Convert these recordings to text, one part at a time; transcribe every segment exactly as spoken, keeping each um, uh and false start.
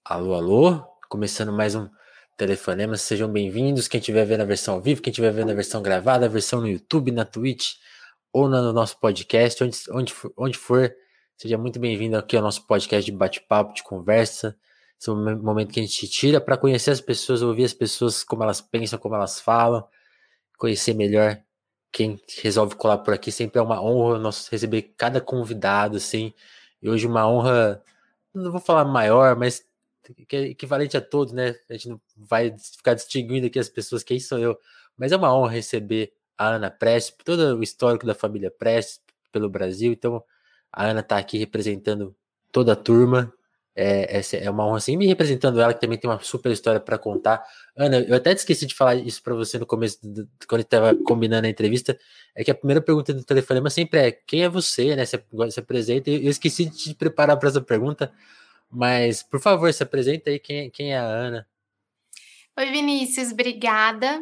Alô, alô, começando mais um Telefonema, sejam bem-vindos, quem estiver vendo a versão ao vivo, quem estiver vendo a versão gravada, a versão no YouTube, na Twitch ou no nosso podcast, onde, onde, for, onde for, seja muito bem-vindo aqui ao nosso podcast de bate-papo, de conversa. Esse é um momento que a gente tira para conhecer as pessoas, ouvir as pessoas, como elas pensam, como elas falam, conhecer melhor quem resolve colar por aqui. Sempre é uma honra nós receber cada convidado, assim, e hoje uma honra, não vou falar maior, mas que é equivalente a todos, né? A gente não vai ficar distinguindo aqui as pessoas, quem sou eu, mas é uma honra receber a Ana Prestes, todo o histórico da família Prestes pelo Brasil. Então, a Ana está aqui representando toda a turma. É, essa é uma honra, assim, me representando ela, que também tem uma super história para contar. Ana, eu até esqueci de falar isso para você no começo, do, do, quando estava combinando a entrevista, é que a primeira pergunta do telefonema sempre é: quem é você, né? Você se apresenta. Eu esqueci de te preparar para essa pergunta, mas, por favor, se apresenta aí, quem, quem é a Ana? Oi, Vinícius, obrigada.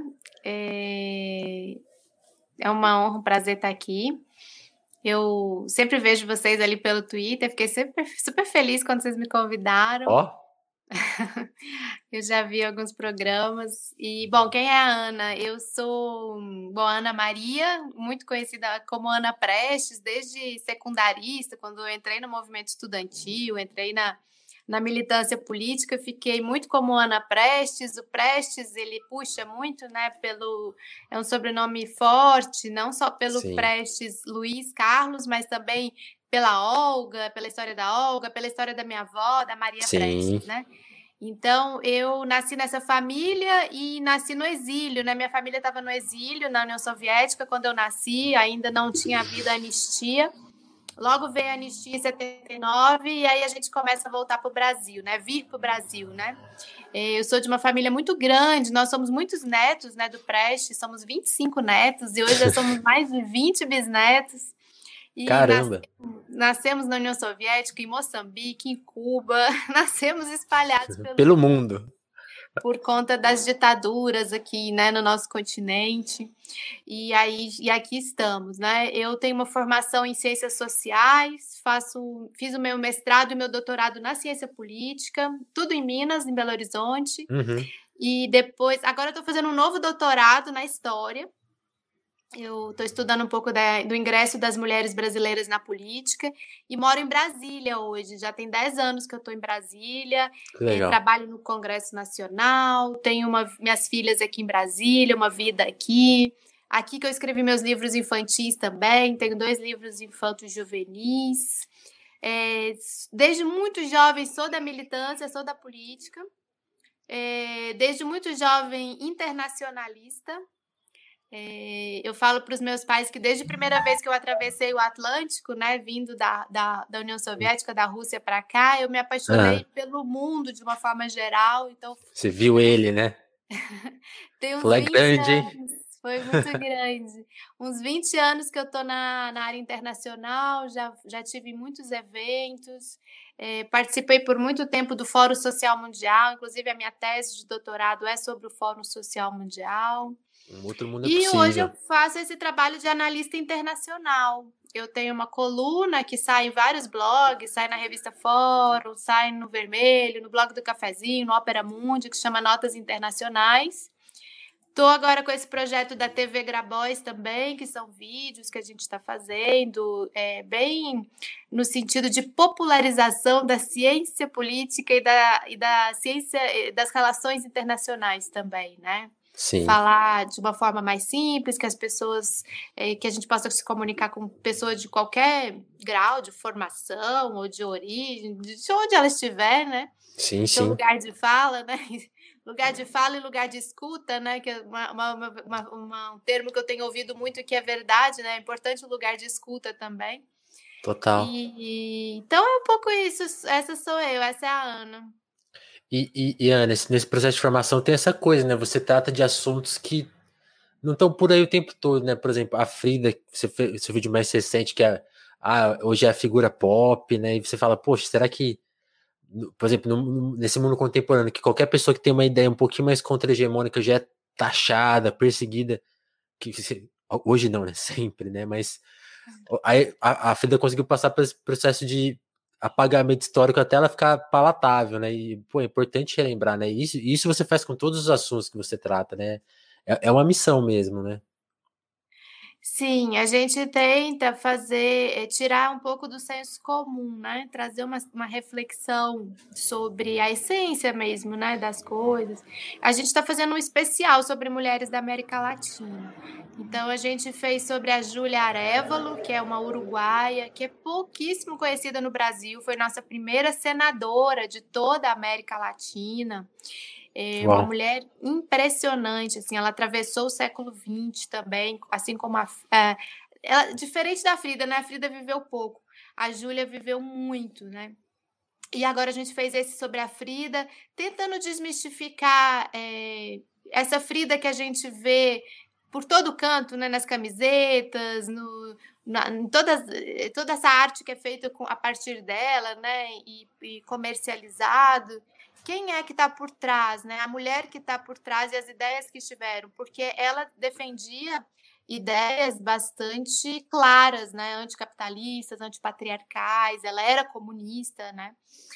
É... é uma honra, um prazer estar aqui. Eu sempre vejo vocês ali pelo Twitter, fiquei super, super feliz quando vocês me convidaram. Ó. Eu já vi alguns programas. E, bom, quem é a Ana? Eu sou, bom, Ana Maria, muito conhecida como Ana Prestes, desde secundarista, quando eu entrei no movimento estudantil, entrei na Na militância política, fiquei muito como Ana Prestes. O Prestes, ele puxa muito, né, pelo... É um sobrenome forte, não só pelo Sim. Prestes Luiz Carlos, mas também pela Olga, pela história da Olga, pela história da minha avó, da Maria Sim. Prestes, né? Então, eu nasci nessa família e nasci no exílio, né? Minha família estava no exílio, na União Soviética, quando eu nasci, ainda não tinha havido a anistia. Logo veio a anistia em setenta e nove e aí a gente começa a voltar para o Brasil, né? Vir para o Brasil, né? Eu sou de uma família muito grande, nós somos muitos netos, né, do Prestes, somos vinte e cinco netos e hoje já somos mais de vinte bisnetos. E Caramba! Nascemos, nascemos na União Soviética, em Moçambique, em Cuba, nascemos espalhados pelo, pelo mundo. Por conta das ditaduras aqui, né, no nosso continente. E aí, e aqui estamos, né? Eu tenho uma formação em ciências sociais, faço, fiz o meu mestrado e meu doutorado na ciência política, tudo em Minas, em Belo Horizonte. Uhum. E depois, agora eu estou fazendo um novo doutorado na história. Eu estou estudando um pouco da, do ingresso das mulheres brasileiras na política e moro em Brasília hoje. Já tem dez anos que eu estou em Brasília, é, trabalho no Congresso Nacional, tenho uma, minhas filhas aqui em Brasília, uma vida aqui. Aqui que eu escrevi meus livros infantis também, tenho dois livros infantos juvenis. É, desde muito jovem sou da militância, sou da política. É, desde muito jovem internacionalista. É, eu falo para os meus pais que desde a primeira vez que eu atravessei o Atlântico, né, vindo da, da, da União Soviética, da Rússia para cá, eu me apaixonei uhum. pelo mundo de uma forma geral. Então, você viu ele, né? Tem uns foi vinte grande, anos, hein? Foi muito grande. Uns vinte anos que eu estou na, na área internacional, já, já tive muitos eventos, é, participei por muito tempo do Fórum Social Mundial, inclusive a minha tese de doutorado é sobre o Fórum Social Mundial. Um outro mundo é e possível. Hoje eu faço esse trabalho de analista internacional. Eu tenho uma coluna que sai em vários blogs, sai na revista Fórum, sai no Vermelho, no blog do Cafezinho, no Opera Mundi, que se chama Notas Internacionais. Estou agora com esse projeto da T V Grabois também, que são vídeos que a gente está fazendo, é, bem no sentido de popularização da ciência política e da, e da ciência das relações internacionais também, né? Sim. Falar de uma forma mais simples, que as pessoas, é, que a gente possa se comunicar com pessoas de qualquer grau de formação ou de origem, de onde ela estiver, né? Sim, Seu sim. lugar de fala, né? Lugar de fala e lugar de escuta, né? Que é uma, uma, uma, uma, um termo que eu tenho ouvido muito e que é verdade, né? É importante o lugar de escuta também. Total. E, e, então é um pouco isso. Essa sou eu, essa é a Ana. E, e, e Ana, nesse processo de formação tem essa coisa, né? Você trata de assuntos que não estão por aí o tempo todo, né? Por exemplo, a Frida, você fez seu vídeo mais recente, que é, ah, hoje é a figura pop, né? E você fala, poxa, será que, por exemplo, no, nesse mundo contemporâneo, que qualquer pessoa que tem uma ideia um pouquinho mais contra-hegemônica já é taxada, perseguida, que hoje não, né? Sempre, né? Mas aí a, a Frida conseguiu passar por esse processo de apagamento histórico até ela ficar palatável, né? E, pô, é importante relembrar, né? Isso, isso você faz com todos os assuntos que você trata, né? É, é uma missão mesmo, né? Sim, a gente tenta fazer, é, tirar um pouco do senso comum, né? Trazer uma, uma reflexão sobre a essência mesmo, né? Das coisas. A gente está fazendo um especial sobre mulheres da América Latina. Então, a gente fez sobre a Júlia Arévalo, que é uma uruguaia, que é pouquíssimo conhecida no Brasil, foi nossa primeira senadora de toda a América Latina. É uma Uau. mulher impressionante, assim, ela atravessou o século vinte também, assim como a... É, ela, diferente da Frida, né? A Frida viveu pouco, a Júlia viveu muito, né? E agora a gente fez esse sobre a Frida, tentando desmistificar é, essa Frida que a gente vê por todo canto, né? Nas camisetas, no, na, em todas, toda essa arte que é feita com, a partir dela, né? E, e comercializado. Quem é que está por trás, né? A mulher que está por trás e as ideias que estiveram, porque ela defendia ideias bastante claras, né? Anticapitalistas, antipatriarcais, ela era comunista, né?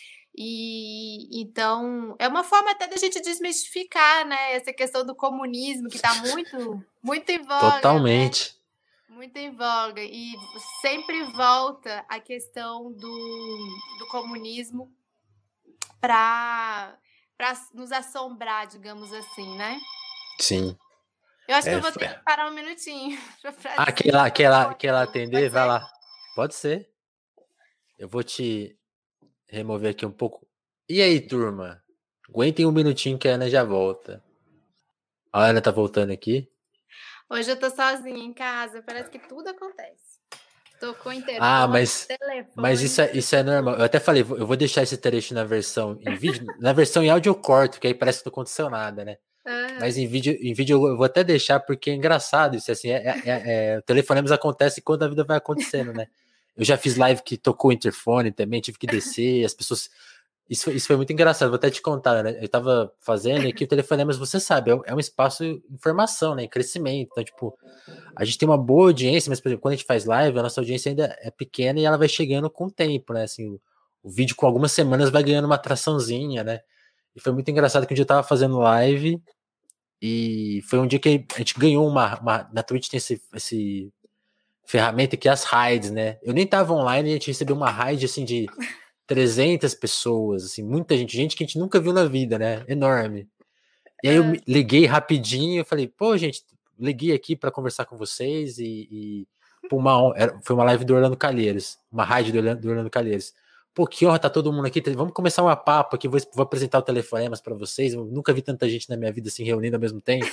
E então é uma forma até da gente desmistificar, né? Essa questão do comunismo que está muito, muito em voga, né? Totalmente. Muito em voga. E sempre volta a questão do, do comunismo para nos assombrar, digamos assim, né? Sim. Eu acho que É, eu vou ter que parar um minutinho para ah, quer dizer lá, quer lá, quer lá coisa. atender? Pode Vai ser? lá. Pode ser. Eu vou te remover aqui um pouco. E aí, turma? Aguentem um minutinho que a Ana já volta. A Ana tá voltando aqui. Hoje eu tô sozinha em casa, parece que tudo acontece. Tocou Ah, interfone, mas, mas telefone. isso, é, isso é normal. Eu até falei, eu vou deixar esse trecho na versão em vídeo. Na versão em áudio eu corto, que aí parece que não aconteceu nada, né? Mas Uhum. em vídeo, em vídeo eu vou até deixar, porque é engraçado isso. Assim, é, é, é, é, telefonemas acontece quando a vida vai acontecendo, né? Eu já fiz live que tocou o interfone também, tive que descer, as pessoas. Isso, foi- isso foi muito engraçado, vou até te contar, né? Eu tava fazendo e aqui o telefonemas, você sabe, é um, é um espaço de informação, né? Crescimento. Então, tipo, a gente tem uma boa audiência, mas, por exemplo, quando a gente faz live, a nossa audiência ainda é pequena e ela vai chegando com o tempo, né? Assim, o, o vídeo com algumas semanas vai ganhando uma atraçãozinha, né? E foi muito engraçado que um dia eu tava fazendo live e foi um dia que a gente ganhou uma. uma na Twitch tem esse, esse ferramenta que é as raids, né? Eu nem tava online e a gente recebeu uma raid assim de trezentas pessoas, assim, muita gente, gente que a gente nunca viu na vida, né? Enorme. E aí eu me liguei rapidinho, eu falei, pô, gente, liguei aqui para conversar com vocês e, e pô, uma, foi uma live do Orlando Calheiros, uma rádio do Orlando, do Orlando Calheiros. Pô, que honra, tá todo mundo aqui. Vamos começar uma papo aqui, vou, vou apresentar o telefonemas para vocês. Eu nunca vi tanta gente na minha vida assim reunindo ao mesmo tempo.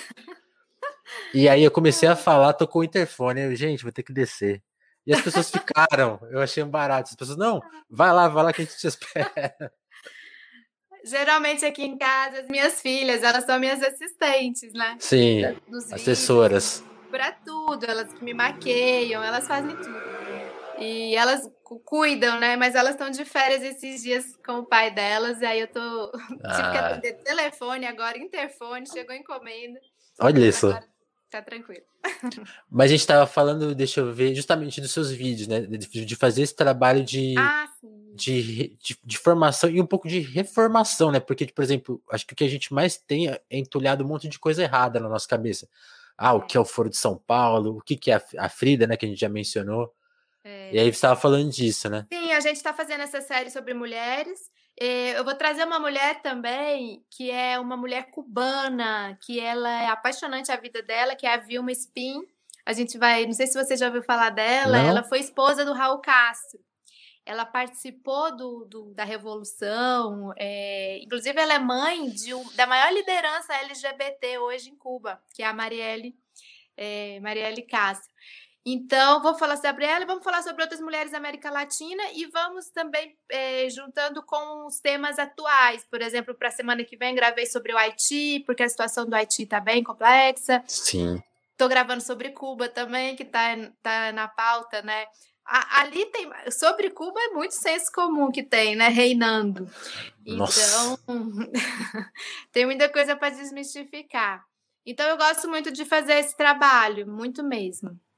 E aí eu comecei a falar, tocou o interfone. Eu, gente, vou ter que descer. E as pessoas ficaram, eu achei um barato. As pessoas, não, vai lá, vai lá que a gente te espera. Geralmente aqui em casa, as minhas filhas, elas são minhas assistentes, né? Sim, Dos vídeos, assessoras. para tudo, elas que me maqueiam, elas fazem tudo. E elas cuidam, né? Mas elas estão de férias esses dias com o pai delas, e aí eu tô. Tive que Ah, atender telefone agora, interfone, chegou encomenda. olha Mas isso. agora tá tranquilo. Mas a gente estava falando, deixa eu ver, justamente dos seus vídeos, né? De, de fazer esse trabalho de, Ah, sim. de, de, de formação e um pouco de reformação, né? Porque, por exemplo, acho que o que a gente mais tem é entulhado um monte de coisa errada na nossa cabeça. Ah, o que é o Foro de São Paulo, o que, que é a, a Frida, né? Que a gente já mencionou. É. E aí você estava falando disso, né? Sim, a gente está fazendo essa série sobre mulheres. Eu vou trazer uma mulher também, que é uma mulher cubana, que ela é apaixonante a vida dela, que é a Vilma Spin. A gente vai, não sei se você já ouviu falar dela, ela Não? foi esposa do Raul Castro. Ela participou do, do da Revolução, é, inclusive ela é mãe de, da maior liderança L G B T hoje em Cuba, que é a Marielle, é, Marielle Castro. Então, vou falar sobre ela, vamos falar sobre outras mulheres da América Latina e vamos também é, juntando com os temas atuais. Por exemplo, para a semana que vem gravei sobre o Haiti, porque a situação do Haiti está bem complexa. Sim. Estou gravando sobre Cuba também, que está tá na pauta, né? A, ali tem... Sobre Cuba é muito senso comum que tem, né? Reinando. Nossa. Então, tem muita coisa para desmistificar. Então, eu gosto muito de fazer esse trabalho, muito mesmo.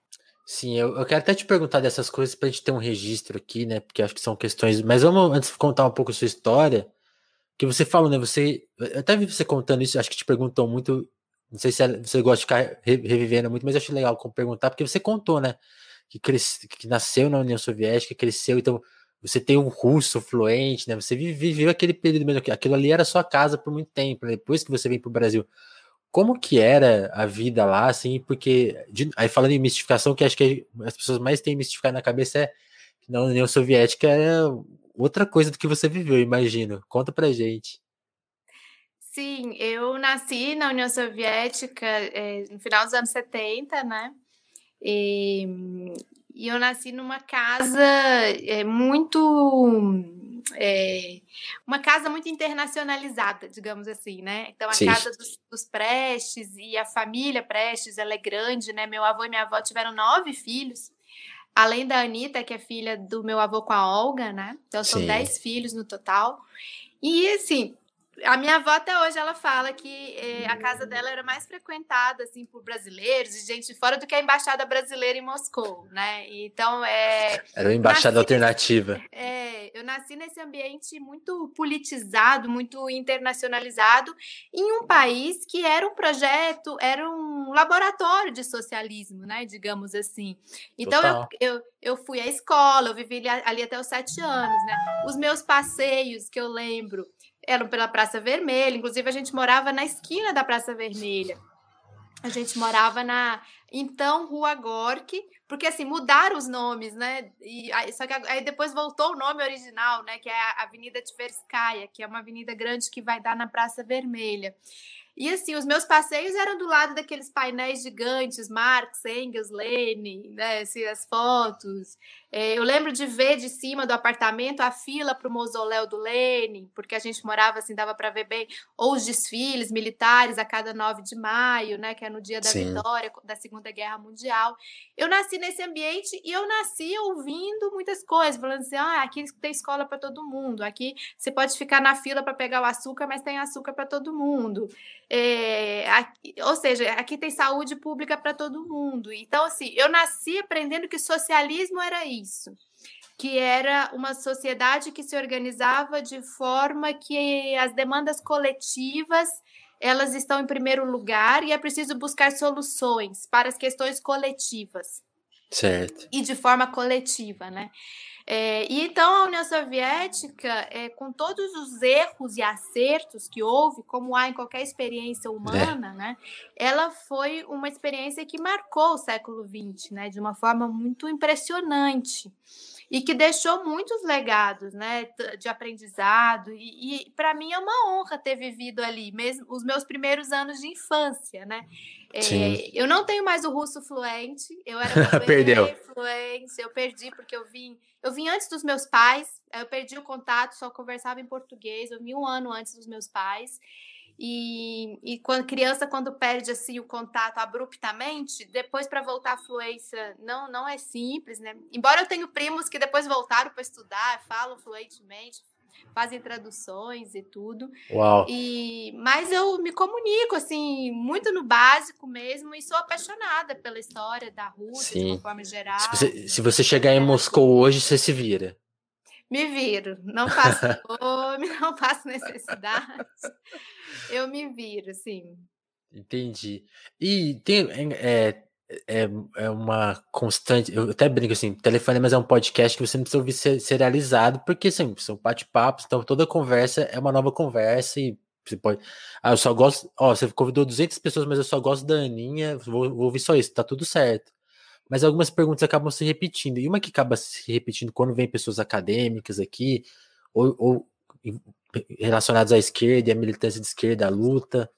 Sim, eu, eu quero até te perguntar dessas coisas pra gente ter um registro aqui, né? Porque acho que são questões. Mas vamos antes contar um pouco a sua história. Que você falou, né? Você. Eu até vi você contando isso, acho que te perguntam muito. Não sei se é- você gosta de ficar re- revivendo muito, mas eu acho legal como perguntar, porque você contou, né? Que, cresce, que nasceu na União Soviética, cresceu, então você tem um russo fluente, né? Você vive- viveu aquele período mesmo, que aquilo ali era sua casa por muito tempo, né? Depois que você vem pro Brasil. Como que era a vida lá, assim? Porque, de- aí falando em mistificação, que acho que as pessoas mais têm mistificado na cabeça é que na União Soviética era outra coisa do que você viveu, imagino. Conta pra gente. Sim, eu nasci na União Soviética, eh, no final dos anos setenta, né? E, e eu nasci numa casa é, muito. É, uma casa muito internacionalizada, digamos assim, né? Então, a Sim, casa dos, dos Prestes e a família Prestes, ela é grande, né? Meu avô e minha avó tiveram nove filhos, além da Anitta, que é filha do meu avô com a Olga, né? Então, são sim. dez filhos no total. E, assim, a minha avó até hoje ela fala que eh, a casa dela era mais frequentada assim por brasileiros e gente de fora do que a embaixada brasileira em Moscou, né? Então é, Era uma eu embaixada nasci nesse, alternativa. é, eu nasci nesse ambiente muito politizado, muito internacionalizado, em um país que era um projeto, era um laboratório de socialismo, né? Digamos assim. Então eu, Total. eu, eu fui à escola, eu vivi ali, ali até os sete anos, né? Os meus passeios que eu lembro eram pela Praça Vermelha, inclusive a gente morava na esquina da Praça Vermelha. A gente morava na então Rua Gorky, porque assim mudaram os nomes, né? E aí, só que aí depois voltou o nome original, né? Que é a Avenida Tverskaya, que é uma avenida grande que vai dar na Praça Vermelha. E assim, os meus passeios eram do lado daqueles painéis gigantes, Marx, Engels, Lenin, né? Assim, as fotos. É, eu lembro de ver de cima do apartamento a fila para o mausoléu do Lenin, porque a gente morava assim, dava para ver bem, ou os desfiles militares a cada nove de maio, né? Que é no dia da Sim. vitória da Segunda Guerra Mundial. Eu nasci nesse ambiente e eu nasci ouvindo muitas coisas, falando assim: ah, aqui tem escola para todo mundo, aqui você pode ficar na fila para pegar o açúcar, mas tem açúcar para todo mundo. É, aqui, ou seja, aqui tem saúde pública para todo mundo. Então, assim, eu nasci aprendendo que socialismo era isso, que era uma sociedade que se organizava de forma que as demandas coletivas elas estão em primeiro lugar e é preciso buscar soluções para as questões coletivas. Certo. E de forma coletiva, né? É, e então a União Soviética, é, com todos os erros e acertos que houve, como há em qualquer experiência humana, É. né, ela foi uma experiência que marcou o século vinte, né, de uma forma muito impressionante e que deixou muitos legados, né, de aprendizado. E, e para mim é uma honra ter vivido ali, mesmo os meus primeiros anos de infância, né? Sim. É, eu não tenho mais o russo fluente, eu era Perdeu. bem fluente, eu perdi porque eu vim, eu vim antes dos meus pais, eu perdi o contato, só conversava em português, eu vim um ano antes dos meus pais. E, e quando criança, quando perde assim o contato abruptamente, depois para voltar à fluência não, não é simples, né? Embora eu tenha primos que depois voltaram para estudar, falam fluentemente, fazem traduções e tudo. Uau. E, mas eu me comunico assim muito no básico mesmo e sou apaixonada pela história da Rússia de uma Sim. forma Se geral, você, se você da chegar em Moscou literatura. hoje, você se vira. Me viro, não passo fome, não passo necessidade. Eu me viro, sim. Entendi. E tem, é, é, é uma constante. Eu até brinco assim: Telefonemas é um podcast que você não precisa ouvir ser, serializado, porque assim, são bate-papos, então toda conversa é uma nova conversa e você pode. Ah, eu só gosto. Ó, você convidou duzentas pessoas, mas eu só gosto da Aninha, vou, vou ouvir só isso, tá tudo certo. Mas algumas perguntas acabam se repetindo, e uma que acaba se repetindo quando vem pessoas acadêmicas aqui, ou, ou relacionadas à esquerda e à militância de esquerda, à luta.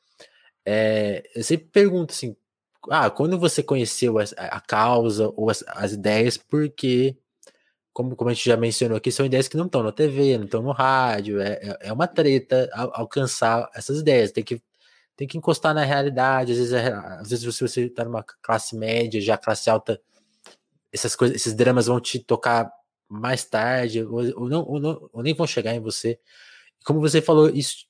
É, eu sempre pergunto assim, ah, quando você conheceu a, a causa ou as, as ideias, porque, como, como a gente já mencionou aqui, são ideias que não estão na T V, não estão no rádio, é, é é uma treta al- alcançar essas ideias, tem que, tem que encostar na realidade, às vezes, é- às vezes se você está numa classe média, já classe alta, essas coisas, esses dramas vão te tocar mais tarde, ou, ou não, ou não, ou nem vão chegar em você. Como você falou, isso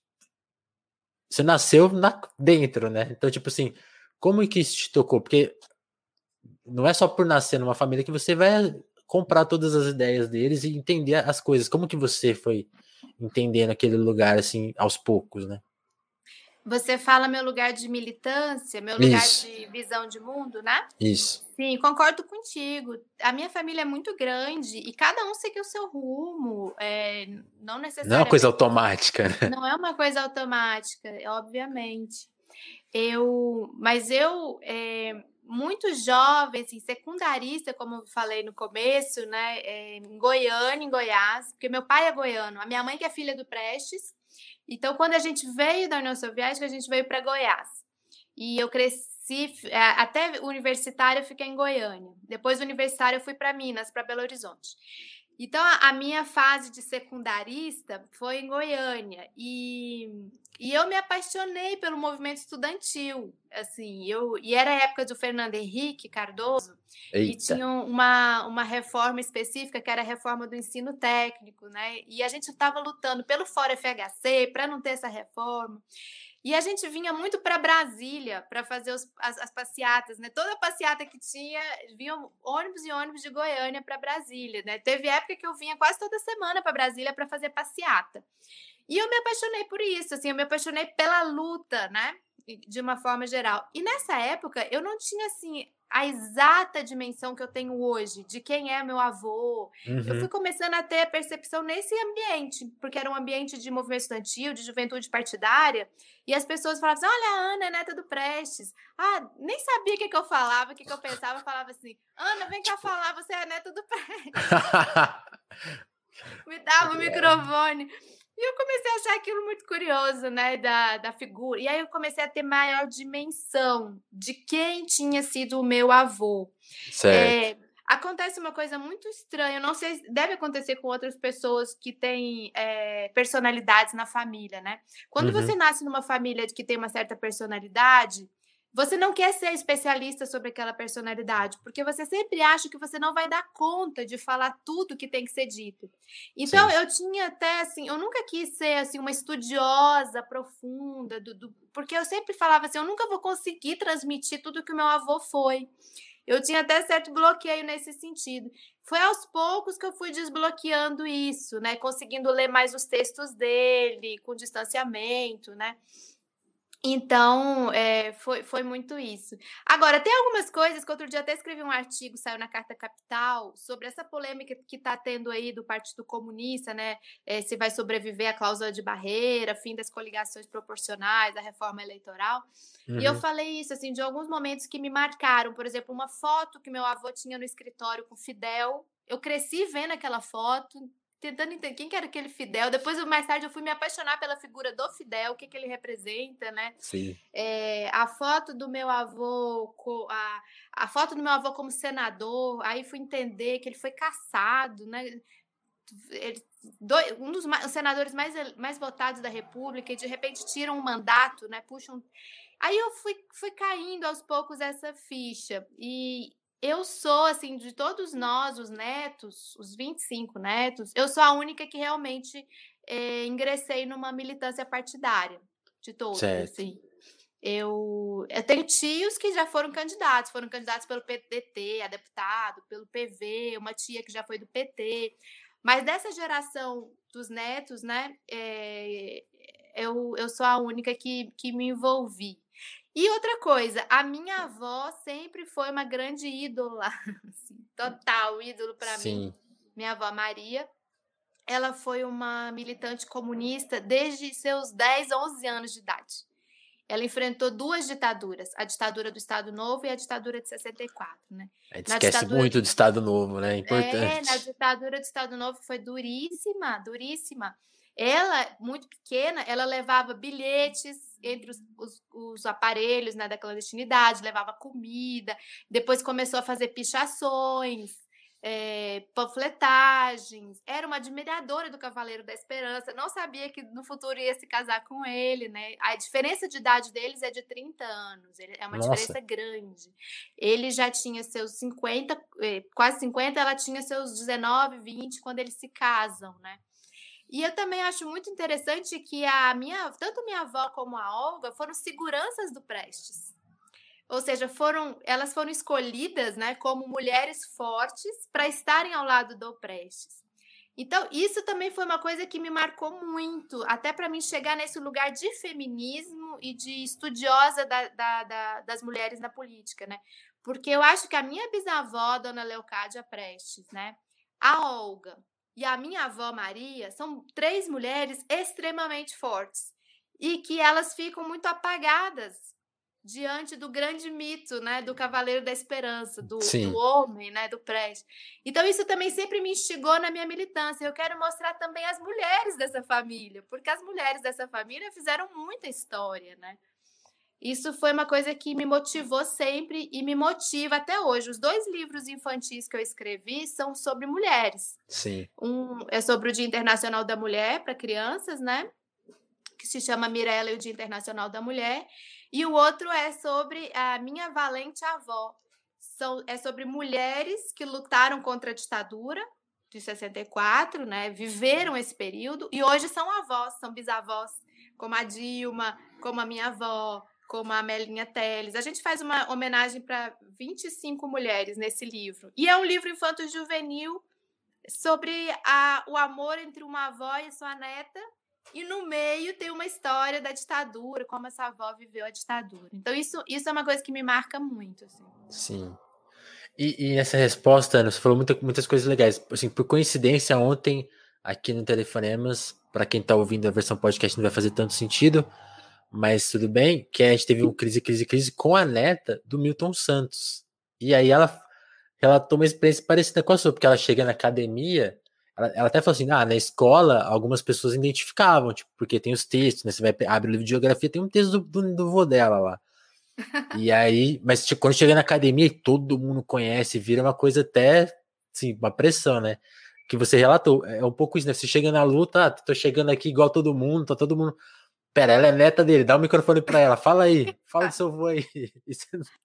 você nasceu na, dentro, né? Então, tipo assim, como que isso te tocou? Porque não é só por nascer numa família que você vai comprar todas as ideias deles e entender as coisas. Como que você foi entendendo aquele lugar, assim, aos poucos, né? Você fala meu lugar de militância, meu lugar Isso, de visão de mundo, né? isso. Sim, concordo contigo. A minha família é muito grande e cada um seguiu o seu rumo, é, não Não é uma coisa necessariamente. automática, né? Não é uma coisa automática, obviamente. Eu, mas eu, é, muito jovem, assim, secundarista, como eu falei no começo, né, é, em Goiânia, em Goiás, porque meu pai é goiano, a minha mãe que é filha do Prestes. Então, quando a gente veio da União Soviética, a gente veio para Goiás. E eu cresci, é, até universitária eu fiquei em Goiânia. Depois do universitário eu fui para Minas, para Belo Horizonte. Então, a, a minha fase de secundarista foi em Goiânia. E, e eu me apaixonei pelo movimento estudantil. Assim, eu, e era a época do Fernando Henrique Cardoso, e Eita. tinha uma, uma reforma específica, que era a reforma do ensino técnico, né? E a gente estava lutando pelo Fora F H C para não ter essa reforma. E a gente vinha muito para Brasília para fazer os, as, as passeatas, né? Toda passeata que tinha, vinham ônibus e ônibus de Goiânia para Brasília, né? Teve época que eu vinha quase toda semana para Brasília para fazer passeata. E eu me apaixonei por isso, assim, eu me apaixonei pela luta, né? De uma forma geral. E nessa época eu não tinha, assim, a exata dimensão que eu tenho hoje de quem é meu avô. Uhum. Eu fui começando a ter a percepção nesse ambiente, porque era um ambiente de movimento estudantil, de juventude partidária, e as pessoas falavam assim, olha, a Ana é neta do Prestes. Ah, nem sabia o que, que eu falava, o que, que eu pensava, eu falava assim, Ana, vem cá falar, você é neta do Prestes. Me dava o microfone. E eu comecei a achar aquilo muito curioso, né, da, da figura. E aí eu comecei a ter maior dimensão de quem tinha sido o meu avô. Certo. É, acontece uma coisa muito estranha, eu não sei, deve acontecer com outras pessoas que têm é, personalidades na família, né? Quando Uhum. você nasce numa família que tem uma certa personalidade, você não quer ser especialista sobre aquela personalidade, porque você sempre acha que você não vai dar conta de falar tudo que tem que ser dito. Então, Sim. eu tinha até, assim, eu nunca quis ser, assim, uma estudiosa profunda, do, do, porque eu sempre falava assim, eu nunca vou conseguir transmitir tudo que o meu avô foi. Eu tinha até certo bloqueio nesse sentido. Foi aos poucos que eu fui desbloqueando isso, né? Conseguindo ler mais os textos dele, com distanciamento, né? Então, é, foi, foi muito isso. Agora, tem algumas coisas que outro dia até escrevi um artigo, saiu na Carta Capital, sobre essa polêmica que está tendo aí do Partido Comunista, né? É, se vai sobreviver a cláusula de barreira, fim das coligações proporcionais, a reforma eleitoral. Uhum. E eu falei isso, assim, de alguns momentos que me marcaram. Por exemplo, uma foto que meu avô tinha no escritório com Fidel. Eu cresci vendo aquela foto, tentando entender quem que era aquele Fidel. Depois, mais tarde, eu fui me apaixonar pela figura do Fidel, o que, que ele representa, né? Sim. É, a foto do meu avô, a, a foto do meu avô como senador, aí fui entender que ele foi caçado, né? Ele, dois, um dos mais, os senadores mais, mais votados da República, e de repente tiram um mandato, né? Puxam. Aí eu fui, fui caindo aos poucos essa ficha. E eu sou, assim, de todos nós, os netos, os vinte e cinco netos, eu sou a única que realmente é, ingressei numa militância partidária, de todos, Certo. assim. Eu, eu tenho tios que já foram candidatos, foram candidatos pelo P D T, a deputado, pelo P V, uma tia que já foi do P T. Mas dessa geração dos netos, né, é, eu, eu sou a única que, que me envolvi. E outra coisa, a minha avó sempre foi uma grande ídola, assim, total ídolo para mim. Minha avó Maria, ela foi uma militante comunista desde seus dez, onze anos de idade. Ela enfrentou duas ditaduras, a ditadura do Estado Novo e a ditadura de sessenta e quatro, né? A gente na esquece ditadura... muito do Estado Novo, né? É importante. É, na ditadura do Estado Novo foi duríssima, duríssima. Ela, muito pequena, ela levava bilhetes entre os, os, os aparelhos, né, da clandestinidade, levava comida, depois começou a fazer pichações, é, panfletagens, era uma admiradora do Cavaleiro da Esperança, não sabia que no futuro ia se casar com ele, né? A diferença de idade deles é de trinta anos, é uma Nossa. diferença grande. Ele já tinha seus cinquenta, quase cinquenta, ela tinha seus dezenove, vinte, quando eles se casam, né? E eu também acho muito interessante que a minha, tanto minha avó como a Olga foram seguranças do Prestes. Ou seja, foram, elas foram escolhidas, né, como mulheres fortes para estarem ao lado do Prestes. Então, isso também foi uma coisa que me marcou muito, até para mim chegar nesse lugar de feminismo e de estudiosa da, da, da, das mulheres na política, né? Porque eu acho que a minha bisavó, Dona Leocádia Prestes, né, a Olga e a minha avó Maria são três mulheres extremamente fortes e que elas ficam muito apagadas diante do grande mito, né, do Cavaleiro da Esperança, do, do homem, né, do Prestes. Então isso também sempre me instigou na minha militância. Eu quero mostrar também as mulheres dessa família, porque as mulheres dessa família fizeram muita história, né? Isso foi uma coisa que me motivou sempre e me motiva até hoje. Os dois livros infantis que eu escrevi são sobre mulheres. Sim. Um é sobre o Dia Internacional da Mulher para crianças, né, que se chama Mirella e o Dia Internacional da Mulher. E o outro é sobre a minha valente avó. São, é sobre mulheres que lutaram contra a ditadura de sessenta e quatro, né? Viveram esse período e hoje são avós, são bisavós, como a Dilma, como a minha avó, como a Amelinha Teles. A gente faz uma homenagem para vinte e cinco mulheres nesse livro. E é um livro infanto-juvenil sobre a, o amor entre uma avó e sua neta. E no meio tem uma história da ditadura, como essa avó viveu a ditadura. Então isso, isso é uma coisa que me marca muito. Assim. Sim. E, e nessa resposta, Ana, você falou muita, muitas coisas legais. Assim, por coincidência, ontem, aqui no Telefonemas, para quem está ouvindo a versão podcast não vai fazer tanto sentido, mas tudo bem, que a gente teve um crise, crise, crise com a neta do Milton Santos. E aí ela relatou uma experiência parecida com a sua, porque ela chega na academia... Ela, ela até falou assim, ah, na escola algumas pessoas identificavam, tipo, porque tem os textos, né? Você vai abre o livro de geografia, tem um texto do, do, do vô dela lá. E aí, mas tipo, quando chega na academia e todo mundo conhece, vira uma coisa até, assim, uma pressão, né? Que você relatou, é um pouco isso, né? Você chega na luta, ah, tô chegando aqui igual todo mundo, tá todo mundo... Pera, ela é neta dele, dá o microfone pra ela, fala aí, fala do seu vô aí. Isso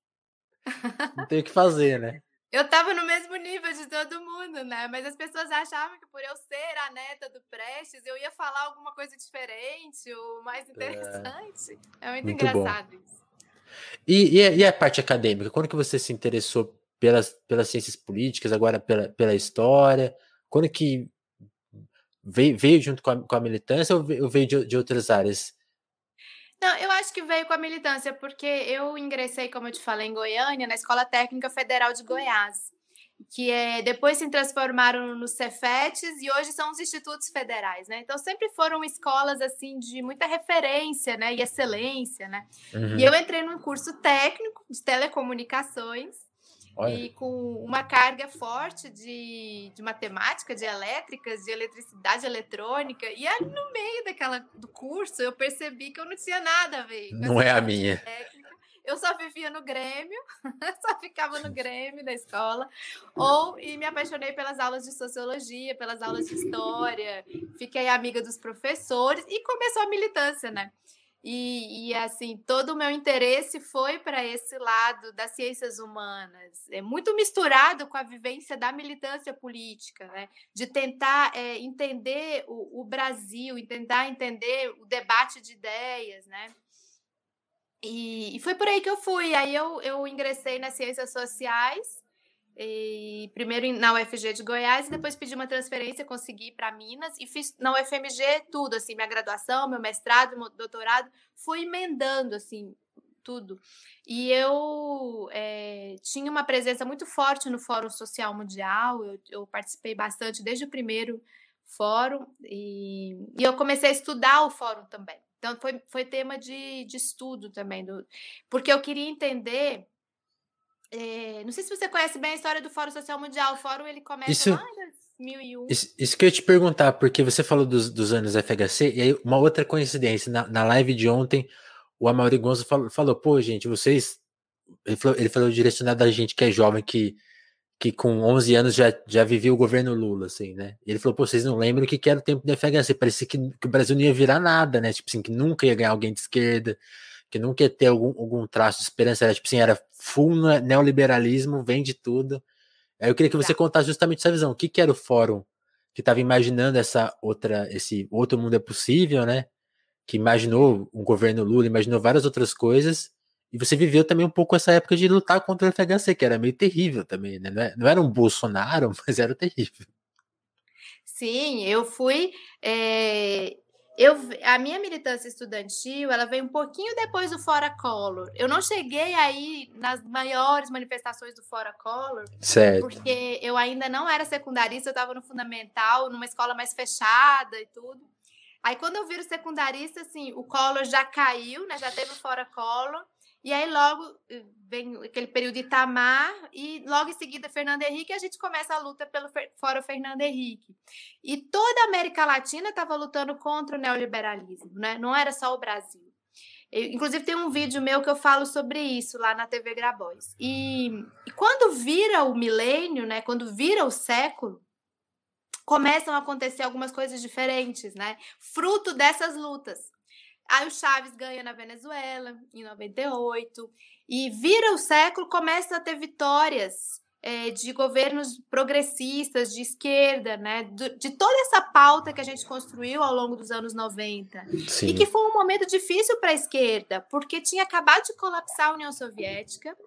não tem o que fazer, né? Eu tava no mesmo nível de todo mundo, né? Mas as pessoas achavam que por eu ser a neta do Prestes, eu ia falar alguma coisa diferente, ou mais interessante. É, é muito, muito engraçado bom. Isso. E, e, e a parte acadêmica? Quando que você se interessou pelas, pelas ciências políticas, agora pela, pela história? Quando que veio, veio junto com a, com a militância ou veio, ou veio de, de outras áreas? Não, eu acho que veio com a militância, porque eu ingressei, como eu te falei, em Goiânia, na Escola Técnica Federal de Goiás, que é, depois se transformaram nos Cefetes e hoje são os institutos federais, né? Então sempre foram escolas assim de muita referência, né, e excelência, né? Uhum. E eu entrei num curso técnico de telecomunicações. Olha. E com uma carga forte de, de matemática, de elétricas, de eletricidade eletrônica. E ali no meio daquela, do curso eu percebi que eu não tinha nada a ver. Não é a minha. Técnica. Eu só vivia no Grêmio, só ficava no Grêmio da escola. Ou, e me apaixonei pelas aulas de sociologia, pelas aulas de história. Fiquei amiga dos professores e começou a militância, né? E, e, assim, todo o meu interesse foi para esse lado das ciências humanas. É muito misturado com a vivência da militância política, né? De tentar é, entender o, o Brasil, tentar entender o debate de ideias, né? E, e foi por aí que eu fui. Aí eu, eu ingressei nas ciências sociais, e primeiro na U F G de Goiás, e depois pedi uma transferência, consegui ir para Minas e fiz na U F M G tudo, assim, minha graduação, meu mestrado, meu doutorado, fui emendando, assim, tudo. E eu é, tinha uma presença muito forte no Fórum Social Mundial, eu, eu participei bastante desde o primeiro fórum, e, e eu comecei a estudar o fórum também. Então, foi, foi tema de, de estudo também, do, porque eu queria entender... É, não sei se você conhece bem a história do Fórum Social Mundial. O fórum ele começa isso, lá em dois mil e um. Isso, isso que eu ia te perguntar, porque você falou dos, dos anos F H C, e aí uma outra coincidência, na, na live de ontem, o Amaury Gonzo falou, falou pô, gente, vocês... Ele falou, ele falou direcionado a gente que é jovem, que, que com onze anos já, já vivia o governo Lula, assim, né? E ele falou, pô, vocês não lembram o que, que era o tempo do F H C? Parecia que, que o Brasil não ia virar nada, né? Tipo assim, que nunca ia ganhar alguém de esquerda, que nunca ia ter algum, algum traço de esperança, era tipo assim, era full neoliberalismo, vende tudo. Aí eu queria que você tá. contasse justamente essa visão, o que, que era o fórum que estava imaginando essa outra, esse outro mundo é possível, né? Que imaginou um governo Lula, imaginou várias outras coisas, E você viveu também um pouco essa época de lutar contra o F H C, que era meio terrível também, né? Não é- não era um Bolsonaro, mas era terrível. Sim, eu fui. eh, eu, a minha militância estudantil, ela veio um pouquinho depois do Fora Collor. Eu não cheguei aí nas maiores manifestações do Fora Collor, Certo. porque eu ainda não era secundarista, eu estava no fundamental, numa escola mais fechada e tudo. Aí, quando eu viro secundarista, assim, o Collor já caiu, né? Já teve o Fora Collor. E aí, logo eh, vem aquele período Itamar, e logo em seguida, Fernando Henrique, e a gente começa a luta pelo Fer- Fora Fernando Henrique. E toda a América Latina estava lutando contra o neoliberalismo, né? Não era só o Brasil. Eu, inclusive, tem um vídeo meu que eu falo sobre isso lá na T V Grabois. E, e quando vira o milênio, né? Quando vira o século, começam a acontecer algumas coisas diferentes, né? Fruto dessas lutas. Aí o Chaves ganha na Venezuela, em noventa e oito, e vira o século, começa a ter vitórias é, de governos progressistas, de esquerda, né? De, de toda essa pauta que a gente construiu ao longo dos anos noventa. E que Sim. foi um momento difícil para a esquerda, porque tinha acabado de colapsar a União Soviética,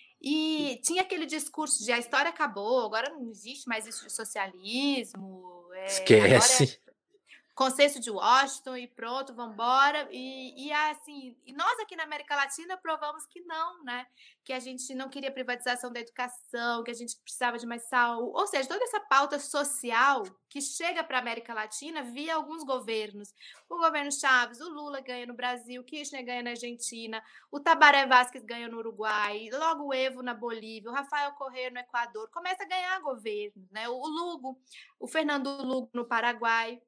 e tinha aquele discurso de a história acabou, agora não existe mais isso de socialismo, é, agora é Esquece. consenso de Washington e pronto, vamos embora. E, e assim, e nós aqui na América Latina provamos que não, né? Que a gente não queria privatização da educação, que a gente precisava de mais saúde. Ou seja, toda essa pauta social que chega para a América Latina via alguns governos. O governo Chaves, o Lula ganha no Brasil, o Kirchner ganha na Argentina, o Tabaré Vázquez ganha no Uruguai, logo o Evo na Bolívia, o Rafael Correa no Equador. Começa a ganhar governo, né? O Lugo, o Fernando Lugo no Paraguai.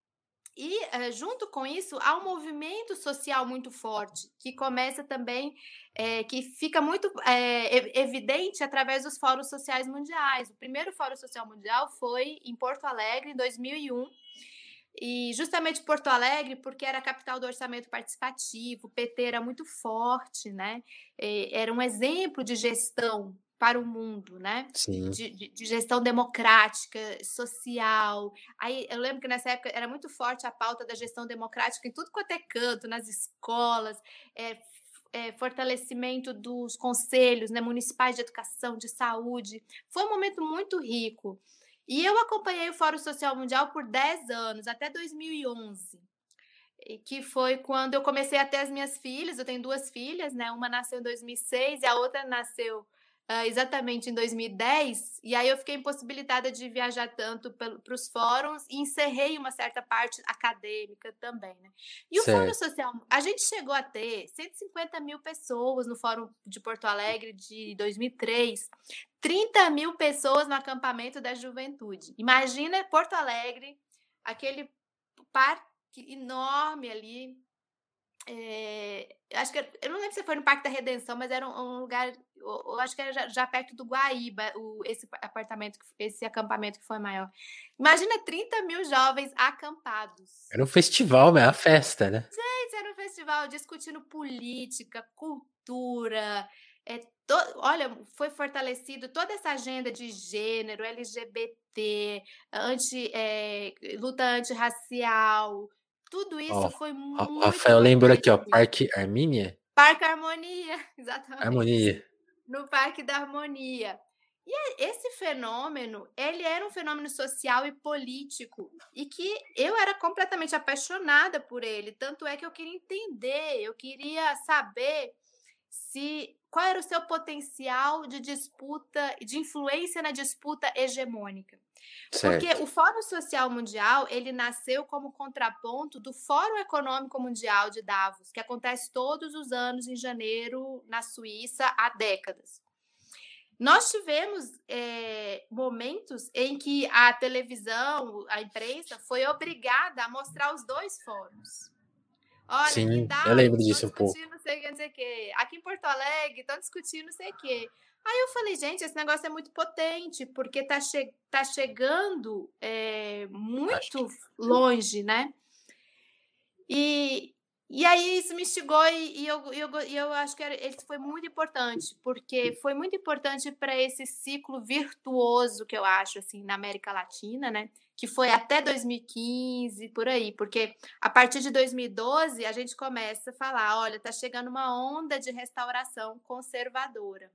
E, eh, junto com isso, há um movimento social muito forte, que começa também, eh, que fica muito eh, ev- evidente através dos fóruns sociais mundiais. O primeiro Fórum Social Mundial foi em Porto Alegre, em dois mil e um, e justamente Porto Alegre, porque era a capital do orçamento participativo, o P T era muito forte, né? Eh, Era um exemplo de gestão para o mundo, né? Sim. De, de- de gestão democrática, social. Aí eu lembro que nessa época era muito forte a pauta da gestão democrática em tudo quanto é canto, nas escolas, é, é, fortalecimento dos conselhos, né, municipais de educação, de saúde. Foi um momento muito rico. E eu acompanhei o Fórum Social Mundial por dez anos, até dois mil e onze, e que foi quando eu comecei a ter as minhas filhas. Eu tenho duas filhas, né? Uma nasceu em dois mil e seis e a outra nasceu ah, exatamente em dois mil e dez. E aí eu fiquei impossibilitada de viajar tanto para os fóruns e encerrei uma certa parte acadêmica também, né? E o Fórum Certo. Social, a gente chegou a ter cento e cinquenta mil pessoas no Fórum de Porto Alegre de dois mil e três, trinta mil pessoas no acampamento da juventude. Imagina Porto Alegre, aquele parque enorme ali. É, acho que eu não lembro se foi no Parque da Redenção, mas era um, um lugar, eu, eu acho que era já, já perto do Guaíba, o, esse apartamento, esse acampamento que foi maior. Imagina trinta mil jovens acampados. Era um festival, né? A festa, né? Gente, era um festival discutindo política, cultura. É, to- olha, foi fortalecido toda essa agenda de gênero, L G B T, anti, é, luta antirracial. Tudo Ó, isso foi ó, o muito Rafael lembrou aqui, ó, fortalecido. Parque Armínia? Parque Harmonia, exatamente. Harmonia. No Parque da Harmonia. E é- esse fenômeno, ele era um fenômeno social e político, e que eu era completamente apaixonada por ele, tanto é que eu queria entender, eu queria saber se qual era o seu potencial de disputa, de influência na disputa hegemônica. Porque Certo. o Fórum Social Mundial, ele nasceu como contraponto do Fórum Econômico Mundial de Davos, que acontece todos os anos em janeiro na Suíça há décadas. Nós tivemos é, momentos em que a televisão, a imprensa, foi obrigada a mostrar os dois fóruns. Olha, em Sim, eu lembro Davos estão disso um pouco. discutindo não sei o que, não sei o que. Aqui em Porto Alegre estão discutindo não sei o que. Aí eu falei, gente, esse negócio é muito potente, porque tá, che tá chegando é, Acho que muito longe, né? E, e aí isso me instigou e, e eu, e eu, e eu acho que era, ele foi muito importante, porque foi muito importante para esse ciclo virtuoso que eu acho, assim, na América Latina, né? que foi até dois mil e quinze, por aí, porque a partir de dois mil e doze a gente começa a falar, olha, está chegando uma onda de restauração conservadora.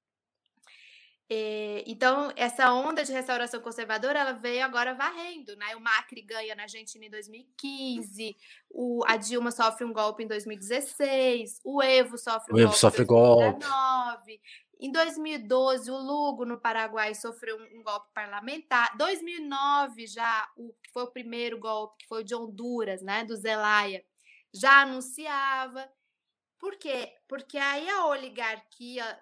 É, então, essa onda de restauração conservadora, ela veio agora varrendo, né? O Macri ganha na Argentina em dois mil e quinze, o, a Dilma sofre um golpe em dois mil e dezesseis, o Evo sofre um O Evo golpe em sofre golpe. dois mil e dezenove, em dois mil e doze o Lugo, no Paraguai, sofreu um, um golpe parlamentar, dois mil e nove já, o, que foi o primeiro golpe, que foi o de Honduras, né? Do Zelaya, já anunciava. Por quê? Porque aí a oligarquia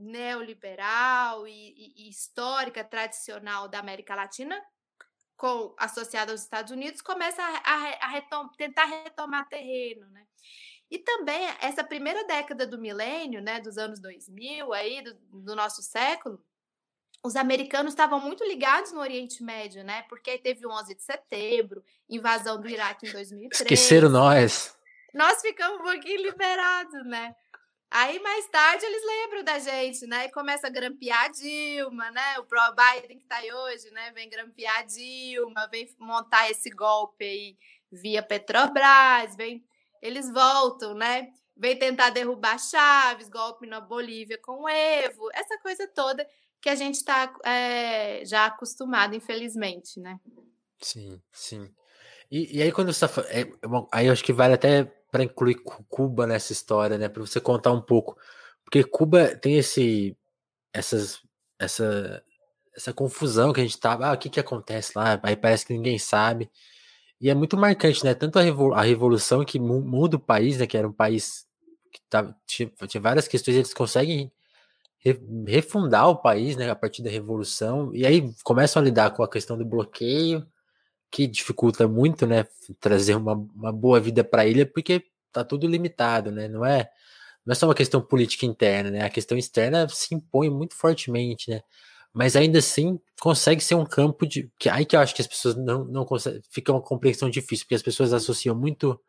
neoliberal e, e, e histórica, tradicional da América Latina, com, associada aos Estados Unidos, começa a, a, a retom tentar retomar terreno, né? E também essa primeira década do milênio, né, dos anos dois mil, aí, do, do nosso século, os americanos estavam muito ligados no Oriente Médio, né? Porque teve o onze de setembro, invasão do Iraque em dois mil e três. Esqueceram nós. Nós ficamos um pouquinho liberados, né? Aí, mais tarde, eles lembram da gente, né? E começa a grampear a Dilma, né? O Pro Biden que tá aí hoje, né? Vem grampear a Dilma, vem montar esse golpe aí via Petrobras, vem... eles voltam, né? Vem tentar derrubar Chaves, golpe na Bolívia com o Evo, essa coisa toda que a gente tá é, já acostumado, infelizmente, né? Sim, sim. E, e aí quando você tá, é, aí eu acho que vale até para incluir Cuba nessa história, né? Para você contar um pouco, porque Cuba tem esse, essas, essa, essa confusão que a gente tava, ah, o que que acontece lá? Aí parece que ninguém sabe. E é muito marcante, né? Tanto a, revol a revolução que mu muda o país, né? Que era um país que tava, tinha, tinha várias questões, eles conseguem re refundar o país, né? A partir da revolução. E aí começam a lidar com a questão do bloqueio, que dificulta muito, né, trazer uma, uma boa vida para a ilha, porque tá tudo limitado, né, não é, não é só uma questão política interna, né, a questão externa se impõe muito fortemente, né, mas ainda assim consegue ser um campo de, que aí que eu acho que as pessoas não, não conseguem, fica uma compreensão difícil, porque as pessoas associam muito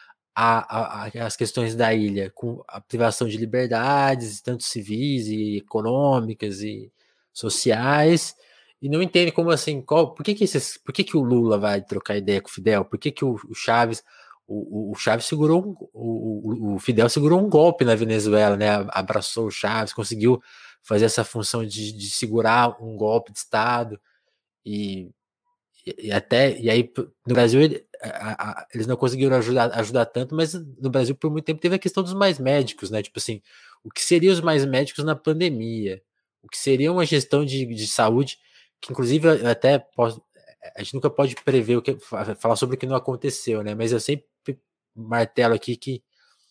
a, a, a, as questões da ilha com a privação de liberdades, tanto civis e econômicas e sociais, e não entende como assim, qual, por que que esses, por que que o Lula vai trocar ideia com o Fidel? Por que que o, o Chaves, o, o Chaves segurou, um, o, o Fidel segurou um golpe na Venezuela, né? Abraçou o Chaves, conseguiu fazer essa função de, de segurar um golpe de Estado e, e, e até e aí no Brasil ele, a, a, eles não conseguiram ajudar, ajudar tanto, mas no Brasil por muito tempo teve a questão dos mais médicos, né? Tipo assim, o que seriam os mais médicos na pandemia? O que seria uma gestão de, de saúde que inclusive eu até posso, a gente nunca pode prever o que falar sobre o que não aconteceu, né? Mas eu sempre martelo aqui que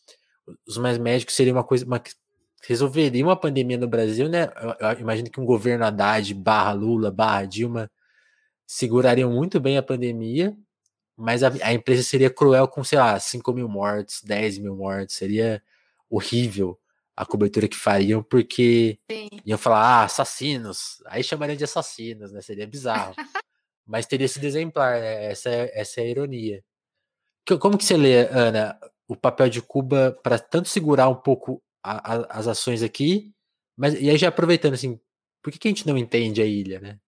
os mais médicos seriam uma coisa, uma, resolveriam uma pandemia no Brasil, né? Eu, eu imagino que um governo Haddad barra Lula barra Dilma segurariam muito bem a pandemia, mas a, a empresa seria cruel com, sei lá, cinco mil mortos, dez mil mortos, seria horrível a cobertura que fariam, porque Sim. iam falar, ah, assassinos, aí chamariam de assassinos, né, seria bizarro, mas teria sido exemplar, né? essa, é, essa é a ironia. Como que você lê, Ana, o papel de Cuba para tanto segurar um pouco a, a, as ações aqui, mas e aí já aproveitando, assim, por que, que a gente não entende a ilha, né?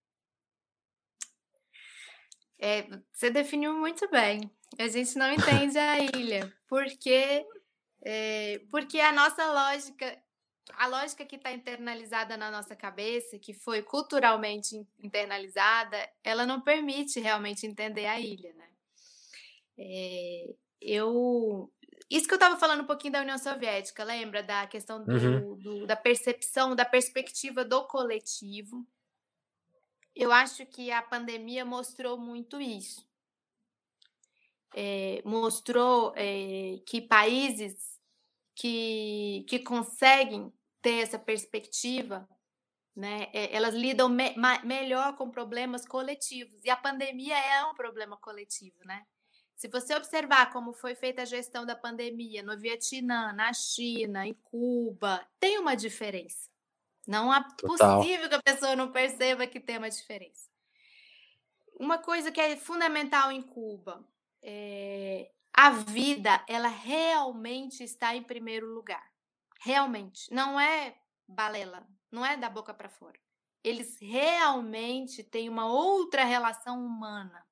É, você definiu muito bem. A gente não entende a ilha, porque, é, porque a nossa lógica, a lógica que está internalizada na nossa cabeça, que foi culturalmente internalizada, ela não permite realmente entender a ilha, né? É, eu, isso que eu estava falando um pouquinho da União Soviética, lembra da questão do, Uhum. do, da percepção, da perspectiva do coletivo? Eu acho que a pandemia mostrou muito isso. É, mostrou é, que países que, que conseguem ter essa perspectiva, né, é, elas lidam me, ma, melhor com problemas coletivos. E a pandemia é um problema coletivo, né? Se você observar como foi feita a gestão da pandemia no Vietnã, na China, em Cuba, tem uma diferença. Não é Total. possível que a pessoa não perceba que tem uma diferença. Uma coisa que é fundamental em Cuba, é, a vida, ela realmente está em primeiro lugar. Realmente. Não é balela, não é da boca para fora. Eles realmente têm uma outra relação humana.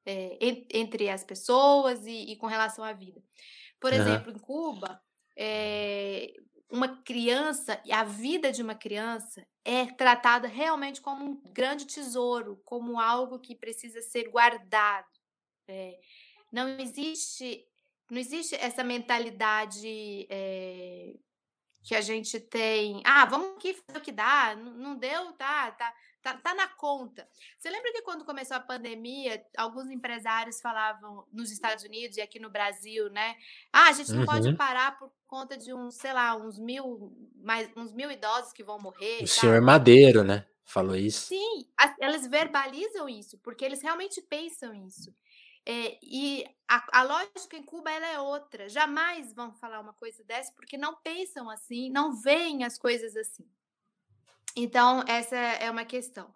é, entre as pessoas e, e com relação à vida. Por Aham. exemplo, em Cuba, é, uma criança, a vida de uma criança é tratada realmente como um grande tesouro, como algo que precisa ser guardado. É, não existe, não existe essa mentalidade é, que a gente tem. Ah, vamos aqui fazer o que dá, não, não deu, tá, tá, tá, tá na conta. Você lembra que quando começou a pandemia, alguns empresários falavam nos Estados Unidos e aqui no Brasil, né? Ah, a gente não pode Uhum. parar por conta de uns, sei lá, uns mil, mais, uns mil idosos que vão morrer O e senhor tal. Madeiro, né? Falou isso. Sim, as- elas verbalizam isso, porque eles realmente pensam isso. É, e a, a lógica em Cuba ela é outra. Jamais vão falar uma coisa dessa porque não pensam assim, não veem as coisas assim. Então, essa é uma questão.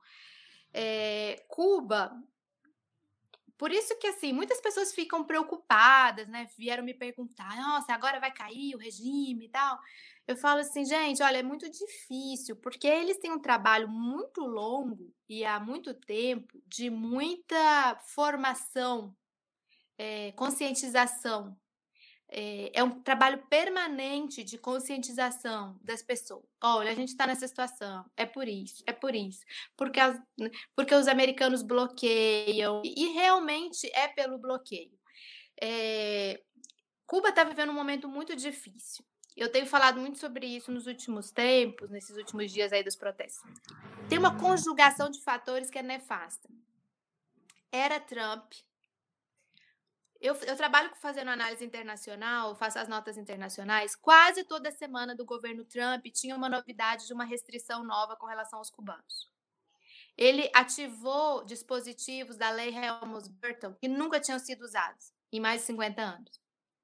É, Cuba, por isso que assim, muitas pessoas ficam preocupadas, né? Vieram me perguntar, nossa, agora vai cair o regime e tal. Eu falo assim, gente, olha, é muito difícil, porque eles têm um trabalho muito longo e há muito tempo de muita formação, é, conscientização. É, é um trabalho permanente de conscientização das pessoas. Olha, a gente está nessa situação, é por isso, é por isso. Porque, as, porque os americanos bloqueiam, e realmente é pelo bloqueio. É, Cuba está vivendo um momento muito difícil. Eu tenho falado muito sobre isso nos últimos tempos, nesses últimos dias aí dos protestos. Tem uma conjugação de fatores que é nefasta. Era Trump. Eu, eu trabalho fazendo análise internacional, faço as notas internacionais. Quase toda semana do governo Trump tinha uma novidade de uma restrição nova com relação aos cubanos. Ele ativou dispositivos da lei Helms-Burton que nunca tinham sido usados em mais de cinquenta anos.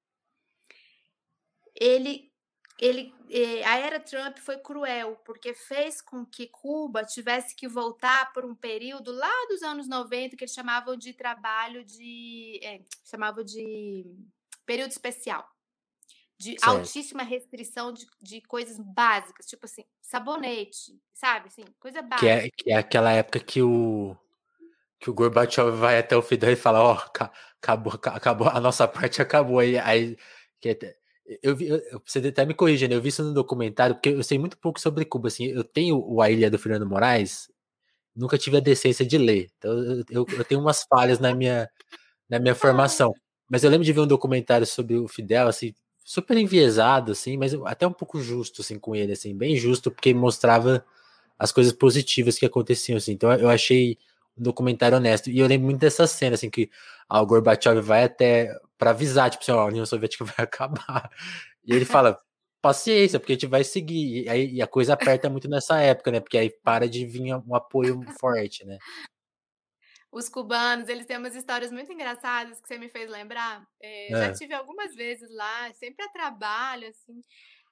Ele ele, a era Trump foi cruel, porque fez com que Cuba tivesse que voltar por um período lá dos anos noventa, que eles chamavam de trabalho de. É, chamavam de período especial, de Certo. altíssima restrição de, de coisas básicas, tipo assim, sabonete, sabe? Assim, coisa Que é, básica. que é aquela época que o, que o Gorbachev vai até o final e fala, ó, ca- acabou, ca- acabou, a nossa parte acabou. Aí, aí que até- eu vi, eu- você até me corrija, né? Eu vi isso no documentário, porque eu sei muito pouco sobre Cuba, assim, eu tenho o A Ilha do Fernando Moraes, nunca tive a decência de ler, então eu, eu, eu tenho umas falhas na minha, na minha formação, mas eu lembro de ver um documentário sobre o Fidel, assim, super enviesado, assim, mas eu- até um pouco justo, assim, com ele, assim, bem justo, porque mostrava as coisas positivas que aconteciam, assim. Então eu achei um documentário honesto. E eu lembro muito dessa cena, assim, que ah, o Gorbachev vai até para avisar, tipo assim, ó, a União Soviética vai acabar. E ele fala, paciência, porque a gente vai seguir. E, aí, e a coisa aperta muito nessa época, né? Porque aí para de vir um apoio forte, né? Os cubanos, eles têm umas histórias muito engraçadas que você me fez lembrar. É, já É, tive algumas vezes lá, sempre a trabalho, assim.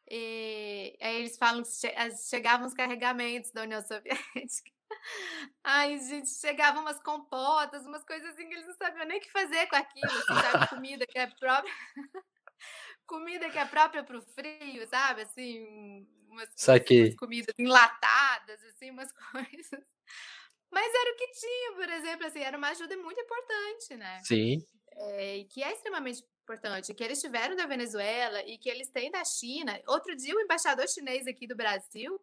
E aí eles falam que che chegavam os carregamentos da União Soviética. Ai, gente, chegavam umas compotas, umas coisas assim que eles não sabiam nem o que fazer com aquilo, assim, sabe? Comida que é própria, comida que é própria para o frio, sabe? Assim, umas, só umas, umas que, comidas enlatadas, assim, umas coisas. Mas era o que tinha, por exemplo, assim, era uma ajuda muito importante, né? sim, É, que é extremamente importante, que eles tiveram da Venezuela e que eles têm da China. Outro dia, o embaixador chinês aqui do Brasil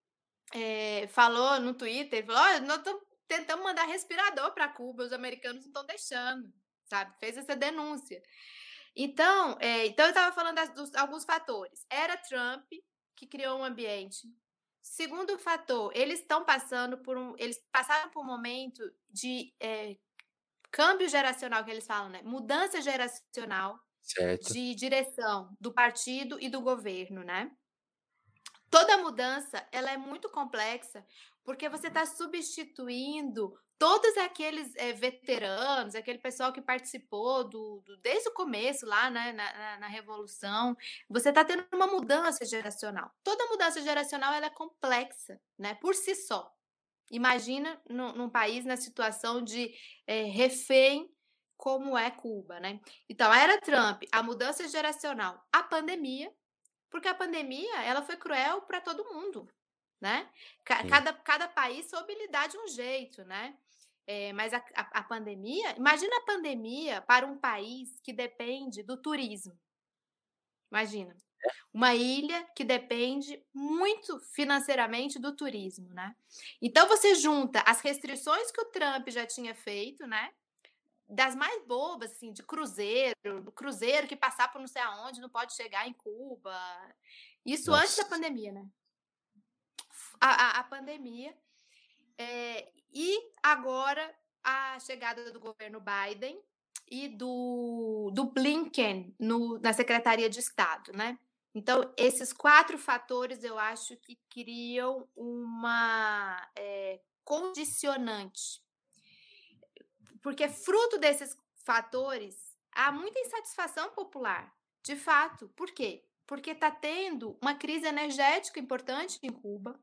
é, falou no Twitter, falou, olha, nós estamos tentando mandar respirador para Cuba, os americanos não estão deixando, sabe? Fez essa denúncia. Então, é, então eu estava falando das, dos alguns fatores. Era Trump que criou um ambiente. Segundo fator, eles estão passando por um, eles passaram por um momento de é, câmbio geracional que eles falam, né? Mudança geracional certo. de direção do partido e do governo, né? Toda mudança, ela é muito complexa, porque você está substituindo todos aqueles é, veteranos, aquele pessoal que participou do, do desde o começo lá, né, na, na, na Revolução. Você está tendo uma mudança geracional. Toda mudança geracional ela é complexa, né, por si só. Imagina num, num país na situação de é, refém como é Cuba, né? Então, era Trump, a mudança geracional, a pandemia, porque a pandemia ela foi cruel para todo mundo, né? Sim. Cada, cada país soube lidar de um jeito, né? É, mas a, a, a pandemia, imagina a pandemia para um país que depende do turismo. Imagina, uma ilha que depende muito financeiramente do turismo, né? Então você junta as restrições que o Trump já tinha feito, né? Das mais bobas, assim, de cruzeiro, do cruzeiro que passar por não sei aonde, não pode chegar em Cuba. Isso antes da Nossa. pandemia, né? A, a, a pandemia. É, e agora a chegada do governo Biden e do, do Blinken no, na Secretaria de Estado, né? Então, esses quatro fatores eu acho que criam uma é, condicionante. Porque fruto desses fatores, há muita insatisfação popular, de fato. Por quê? Porque está tendo uma crise energética importante em Cuba.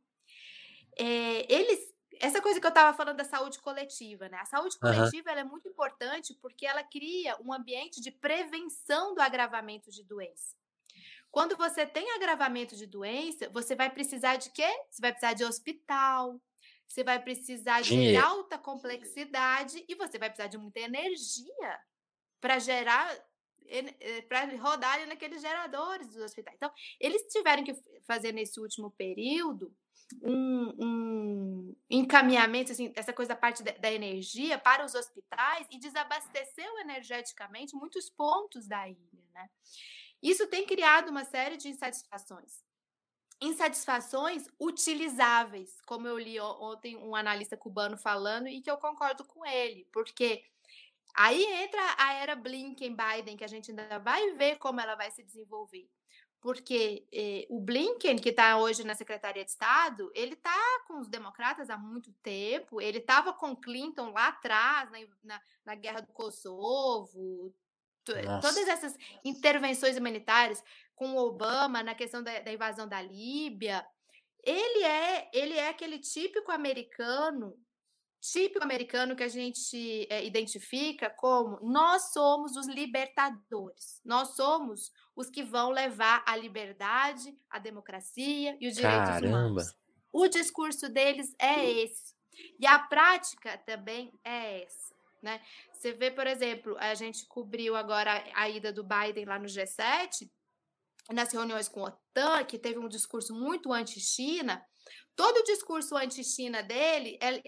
É, eles, essa coisa que eu estava falando da saúde coletiva, né? A saúde coletiva, uhum, ela é muito importante porque ela cria um ambiente de prevenção do agravamento de doença. Quando você tem agravamento de doença, você vai precisar de quê? Você vai precisar de hospital, você vai precisar Dinheiro. de alta complexidade e você vai precisar de muita energia para gerar, para rodar naqueles geradores dos hospitais. Então, eles tiveram que fazer nesse último período um, um encaminhamento, assim, essa coisa da parte da, da energia para os hospitais e desabasteceu energeticamente muitos pontos da ilha, né? Isso tem criado uma série de insatisfações. Insatisfações utilizáveis, como eu li ontem um analista cubano falando e que eu concordo com ele, porque aí entra a era Blinken-Biden, que a gente ainda vai ver como ela vai se desenvolver. Porque eh, o Blinken, que está hoje na Secretaria de Estado, ele está com os democratas há muito tempo, ele estava com Clinton lá atrás, na, na, na guerra do Kosovo, Nossa. Todas essas intervenções militares, com o Obama na questão da, da invasão da Líbia. Ele é, ele é aquele típico americano, típico americano que a gente é, identifica como nós somos os libertadores, nós somos os que vão levar a liberdade, a democracia e os direitos Caramba. humanos. O discurso deles é esse. E a prática também é essa. Né? Você vê, por exemplo, a gente cobriu agora a ida do Biden lá no G sete, nas reuniões com a OTAN, que teve um discurso muito anti-China. Todo o discurso anti-China dele é,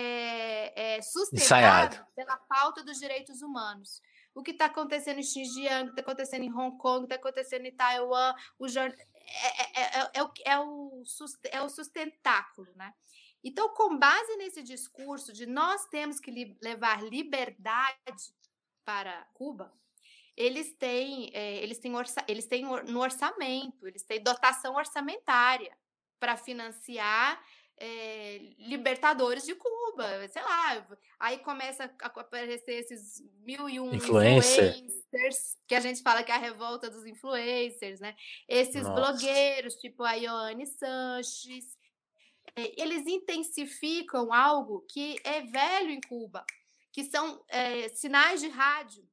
é, é sustentado Ensaiado. pela pauta dos direitos humanos. O que está acontecendo em Xinjiang, o que está acontecendo em Hong Kong, o que está acontecendo em Taiwan, o é, é, é, é, o, é, o, é o sustentáculo, né? Então, com base nesse discurso de nós temos que li- levar liberdade para Cuba, eles têm, é, eles têm, orça- eles têm or- no orçamento, eles têm dotação orçamentária para financiar é, libertadores de Cuba, sei lá. Aí começa a aparecer esses mil e um Influencer. influencers, que a gente fala que é a revolta dos influencers, né? Esses Nossa. blogueiros, tipo a Ioane Sanches, eles intensificam algo que é velho em Cuba, que são é, sinais de rádio,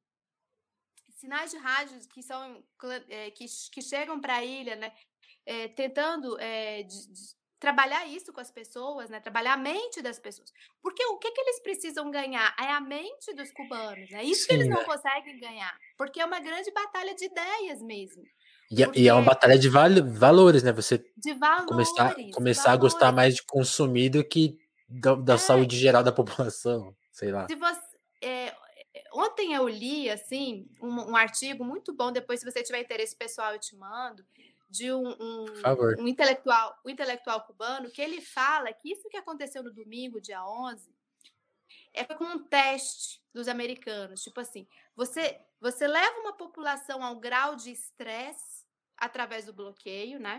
sinais de rádio que são é, que, que chegam para a ilha, né, é, tentando é, de, de trabalhar isso com as pessoas, né, trabalhar a mente das pessoas, porque o que, que eles precisam ganhar é a mente dos cubanos, é isso Sim, que eles não né? conseguem ganhar, porque é uma grande batalha de ideias mesmo. E, porque... e é uma batalha de val valores, né? Você de valores, começar, começar valores. a gostar mais de consumir do que da, da é. saúde geral da população, sei lá. Se você, é, ontem eu li, assim, um, um artigo muito bom, depois se você tiver interesse pessoal eu te mando, de um, um, um, intelectual, um intelectual cubano, que ele fala que isso que aconteceu no domingo, dia onze, é como um teste dos americanos. Tipo assim, você, você leva uma população a um grau de estresse através do bloqueio, né?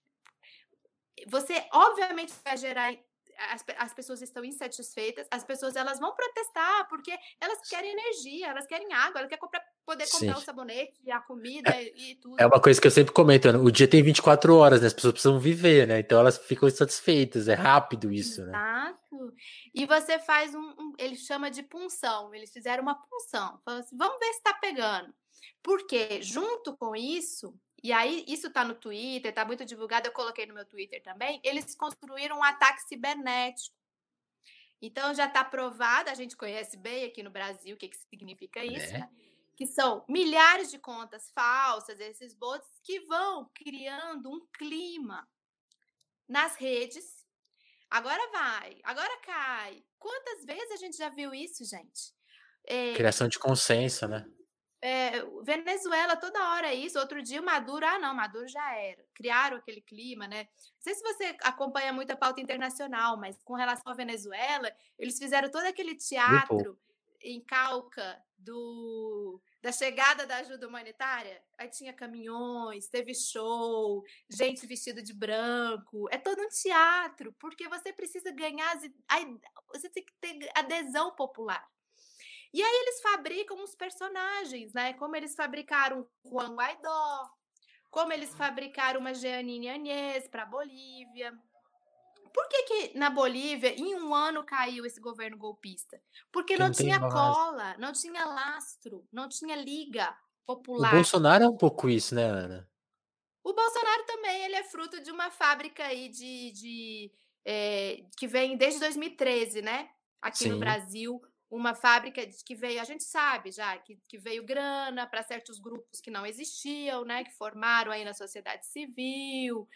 Você, obviamente, vai gerar... As, as pessoas estão insatisfeitas, as pessoas elas vão protestar porque elas querem energia, elas querem água, elas querem comprar, poder comprar Sim. o sabonete, a comida é, e tudo. É uma coisa que eu sempre comento, o dia tem vinte e quatro horas, né? As pessoas precisam viver, né? Então elas ficam insatisfeitas, é rápido isso, Exato. né? Exato. E você faz um, um, ele chama de punção, eles fizeram uma punção, falaram assim, vamos ver se tá pegando. Porque junto com isso, e aí isso tá no Twitter, tá muito divulgado, eu coloquei no meu Twitter também, eles construíram um ataque cibernético. Então já está provado, a gente conhece bem aqui no Brasil o que, que significa isso, É. né? Que são milhares de contas falsas, esses bots que vão criando um clima nas redes. Agora vai, agora cai. Quantas vezes a gente já viu isso, gente? É, Criação de consenso, né? É, Venezuela, toda hora é isso. Outro dia o Maduro, ah, não, Maduro já era. Criaram aquele clima, né? Não sei se você acompanha muito a pauta internacional, mas com relação à Venezuela, eles fizeram todo aquele Bem pouco. teatro em Calca do, da chegada da ajuda humanitária. Aí tinha caminhões, teve show, gente vestida de branco. É todo um teatro, porque você precisa ganhar, você tem que ter adesão popular. E aí eles fabricam os personagens, né? Como eles fabricaram Juan Guaidó, como eles fabricaram uma Jeanine Áñez para a Bolívia. Por que que na Bolívia, em um ano, caiu esse governo golpista? Porque Que não não tem tinha base. cola, não tinha lastro, não tinha liga O popular. Bolsonaro é um pouco isso, né, Ana? O Bolsonaro também, ele é fruto de uma fábrica aí de, de é, que vem desde dois mil e treze, né? Aqui no Sim. Brasil, uma fábrica que veio, a gente sabe já, que, que veio grana para certos grupos que não existiam, né? Que formaram aí na sociedade civil.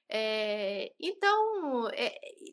É, então, é,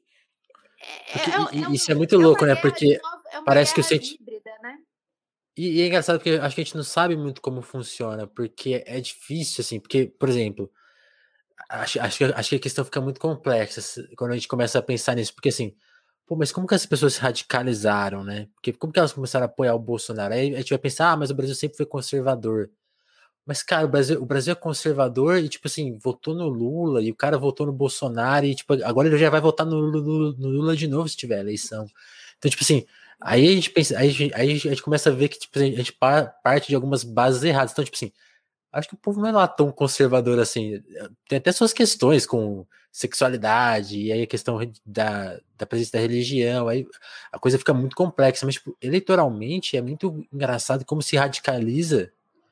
Porque é, e, é, é, e um, isso é muito é louco, uma né? guerra de Porque nova, é uma parece que o guerra senti... híbrida, né? E, e é engraçado porque acho que a gente não sabe muito como funciona, porque é difícil, assim, porque, por exemplo, acho, acho, que, acho que a questão fica muito complexa quando a gente começa a pensar nisso, porque assim, pô, mas como que as pessoas se radicalizaram, né? Porque como que elas começaram a apoiar o Bolsonaro? Aí a gente vai pensar, ah, mas o Brasil sempre foi conservador. Mas, cara, o Brasil, o Brasil é conservador e, tipo assim, votou no Lula e o cara votou no Bolsonaro e, tipo, agora ele já vai votar no, no, no Lula de novo se tiver eleição. Então, tipo assim, aí a gente pensa, aí a gente, aí a gente começa a ver que, tipo, a gente parte de algumas bases erradas. Então, tipo assim, acho que o povo não é lá tão conservador assim. Tem até suas questões com sexualidade, e aí a questão da, da presença da religião, aí a coisa fica muito complexa, mas, tipo, eleitoralmente é muito engraçado como se radicaliza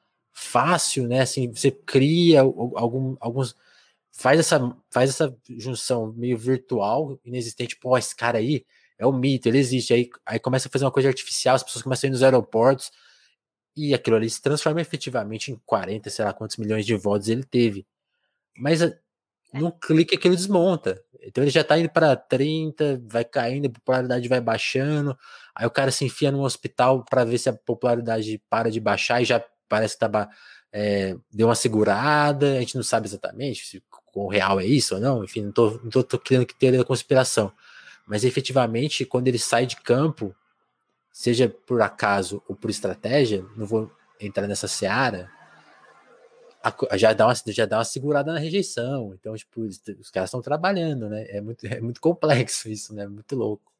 fácil, né? Assim, você cria algum, alguns. Faz essa, faz essa junção meio virtual, inexistente. Pô, esse cara aí é um mito, ele existe. Aí, aí começa a fazer uma coisa artificial, as pessoas começam a ir nos aeroportos, e aquilo ali se transforma efetivamente em quarenta, sei lá quantos milhões de votos ele teve. Mas É. num clique aquilo desmonta. Então ele já tá indo para trinta, vai caindo, a popularidade vai baixando. Aí o cara se enfia num hospital para ver se a popularidade para de baixar e já parece que tá, é, deu uma segurada. A gente não sabe exatamente se o real é isso ou não. Enfim, não tô, não tô, tô querendo que teoria da conspiração. Mas efetivamente, quando ele sai de campo, seja por acaso ou por estratégia, não vou entrar nessa seara, a, já, dá uma, já dá uma segurada na rejeição. Então, tipo, os, os caras estão trabalhando, né? É muito, é muito complexo isso, né? Muito louco.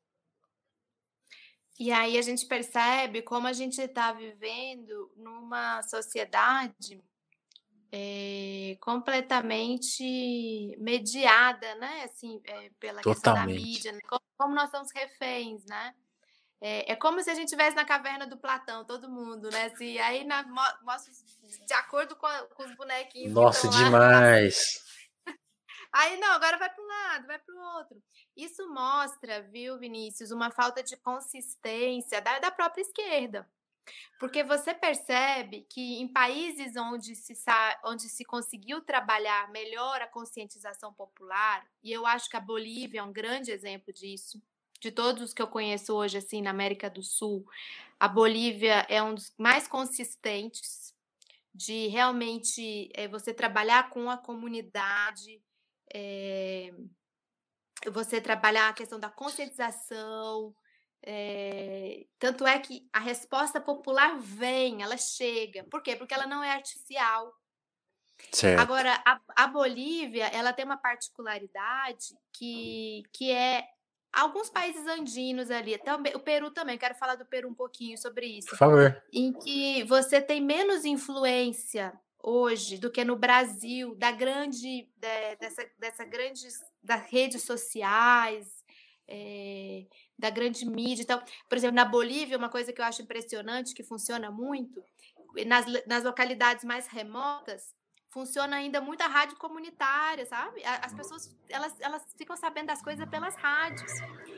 E aí a gente percebe como a gente está vivendo numa sociedade é, completamente mediada, né? Assim, é, pela questão da Totalmente. mídia, né? como, como nós somos reféns, né? É, é como se a gente estivesse na caverna do Platão, todo mundo, né? Assim, aí na, mostra de acordo com, a, com os bonequinhos que Nossa, estão lá. demais. Aí, não, agora vai para um lado, vai para o outro. Isso mostra, viu, Vinícius, uma falta de consistência da, da própria esquerda. Porque você percebe que em países onde se, onde se conseguiu trabalhar melhor a conscientização popular, e eu acho que a Bolívia é um grande exemplo disso, de todos os que eu conheço hoje, assim, na América do Sul, a Bolívia é um dos mais consistentes de realmente é, você trabalhar com a comunidade, é, você trabalhar a questão da conscientização, é, tanto é que a resposta popular vem, ela chega. Por quê? Porque ela não é artificial. Certo. Agora, a, a Bolívia, ela tem uma particularidade que, que é alguns países andinos ali, também, o Peru também, quero falar do Peru um pouquinho sobre isso, Por favor. em que você tem menos influência hoje do que no Brasil, da grande, de, dessa, dessa grande, das redes sociais, é, da grande mídia. Então, por exemplo, na Bolívia, uma coisa que eu acho impressionante, que funciona muito, nas, nas localidades mais remotas, funciona ainda muito a rádio comunitária, sabe? As pessoas, elas, elas ficam sabendo das coisas pelas rádios.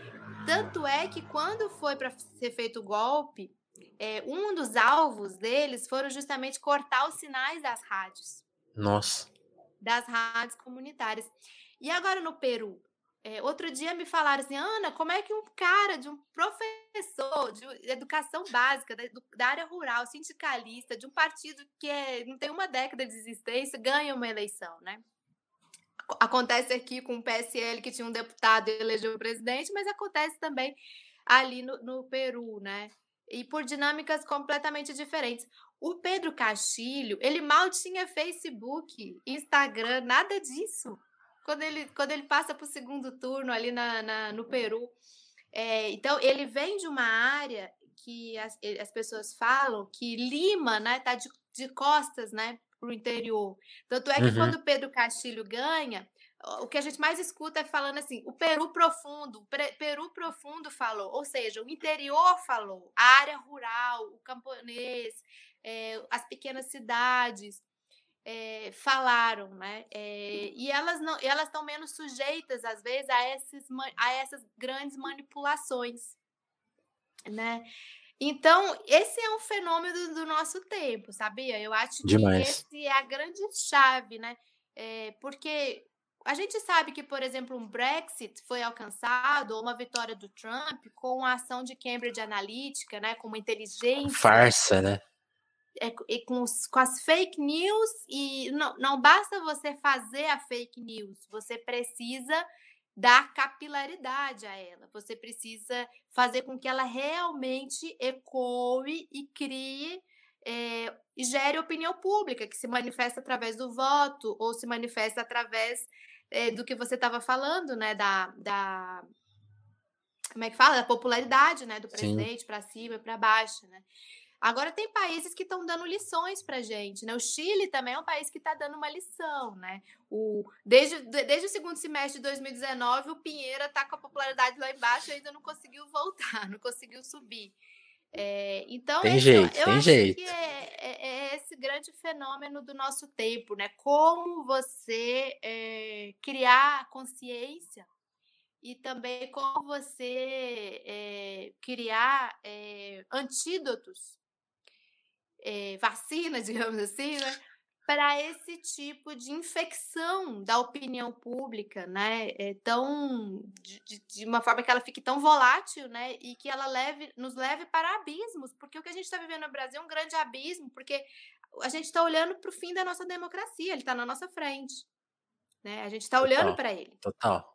Tanto é que quando foi para ser feito o golpe, é, um dos alvos deles foram justamente cortar os sinais das rádios. Nossa. Das rádios comunitárias. E agora no Peru, é, outro dia me falaram assim, Ana, como é que um cara de um professor de educação básica, da, da área rural, sindicalista, de um partido que é, não tem uma década de existência, ganha uma eleição, né? Acontece aqui com o P S L, que tinha um deputado e elegeu o presidente, mas acontece também ali no, no Peru, né? E por dinâmicas completamente diferentes. O Pedro Castilho, ele mal tinha Facebook, Instagram, nada disso. Quando ele, quando ele passa para o segundo turno ali na, na, no Peru. É, então, ele vem de uma área que as, as pessoas falam que Lima, né, tá de, de costas, né, para o interior. Tanto é que uhum. quando o Pedro Castilho ganha, o que a gente mais escuta é falando assim, o Peru profundo, o Peru profundo falou, ou seja, o interior falou, a área rural, o camponês, é, as pequenas cidades é, falaram, né? É, e elas não, elas estão menos sujeitas às vezes a, esses, a essas grandes manipulações, né? Então, esse é um fenômeno do, do nosso tempo, sabia? Eu acho Demais. que esse é a grande chave, né? É, porque a gente sabe que, por exemplo, um Brexit foi alcançado, ou uma vitória do Trump, com a ação de Cambridge Analytica, né? Com uma inteligência. Farsa, né? É, e com, os, com as fake news, e não, não basta você fazer a fake news, você precisa dar capilaridade a ela, você precisa fazer com que ela realmente ecoe e crie é, e gere opinião pública, que se manifesta através do voto, ou se manifesta através é, do que você estava falando, né, da, da como é que fala? Da popularidade, né, do presidente para cima e para baixo, né? Agora tem países que estão dando lições para a gente, né? O Chile também é um país que está dando uma lição, né? O, desde, desde o segundo semestre de dois mil e dezenove, o Pinheira está com a popularidade lá embaixo e ainda não conseguiu voltar, não conseguiu subir. É, então, tem esse, jeito, eu tem acho jeito. que é, é, é esse grande fenômeno do nosso tempo, né? Como você é, criar consciência e também como você é, criar é, antídotos, É, vacina, digamos assim, né, para esse tipo de infecção da opinião pública, né, é tão de, de uma forma que ela fique tão volátil, né, e que ela leve, nos leve para abismos, porque o que a gente está vivendo no Brasil é um grande abismo, porque a gente está olhando para o fim da nossa democracia, ele está na nossa frente, né, a gente está olhando para ele. Total.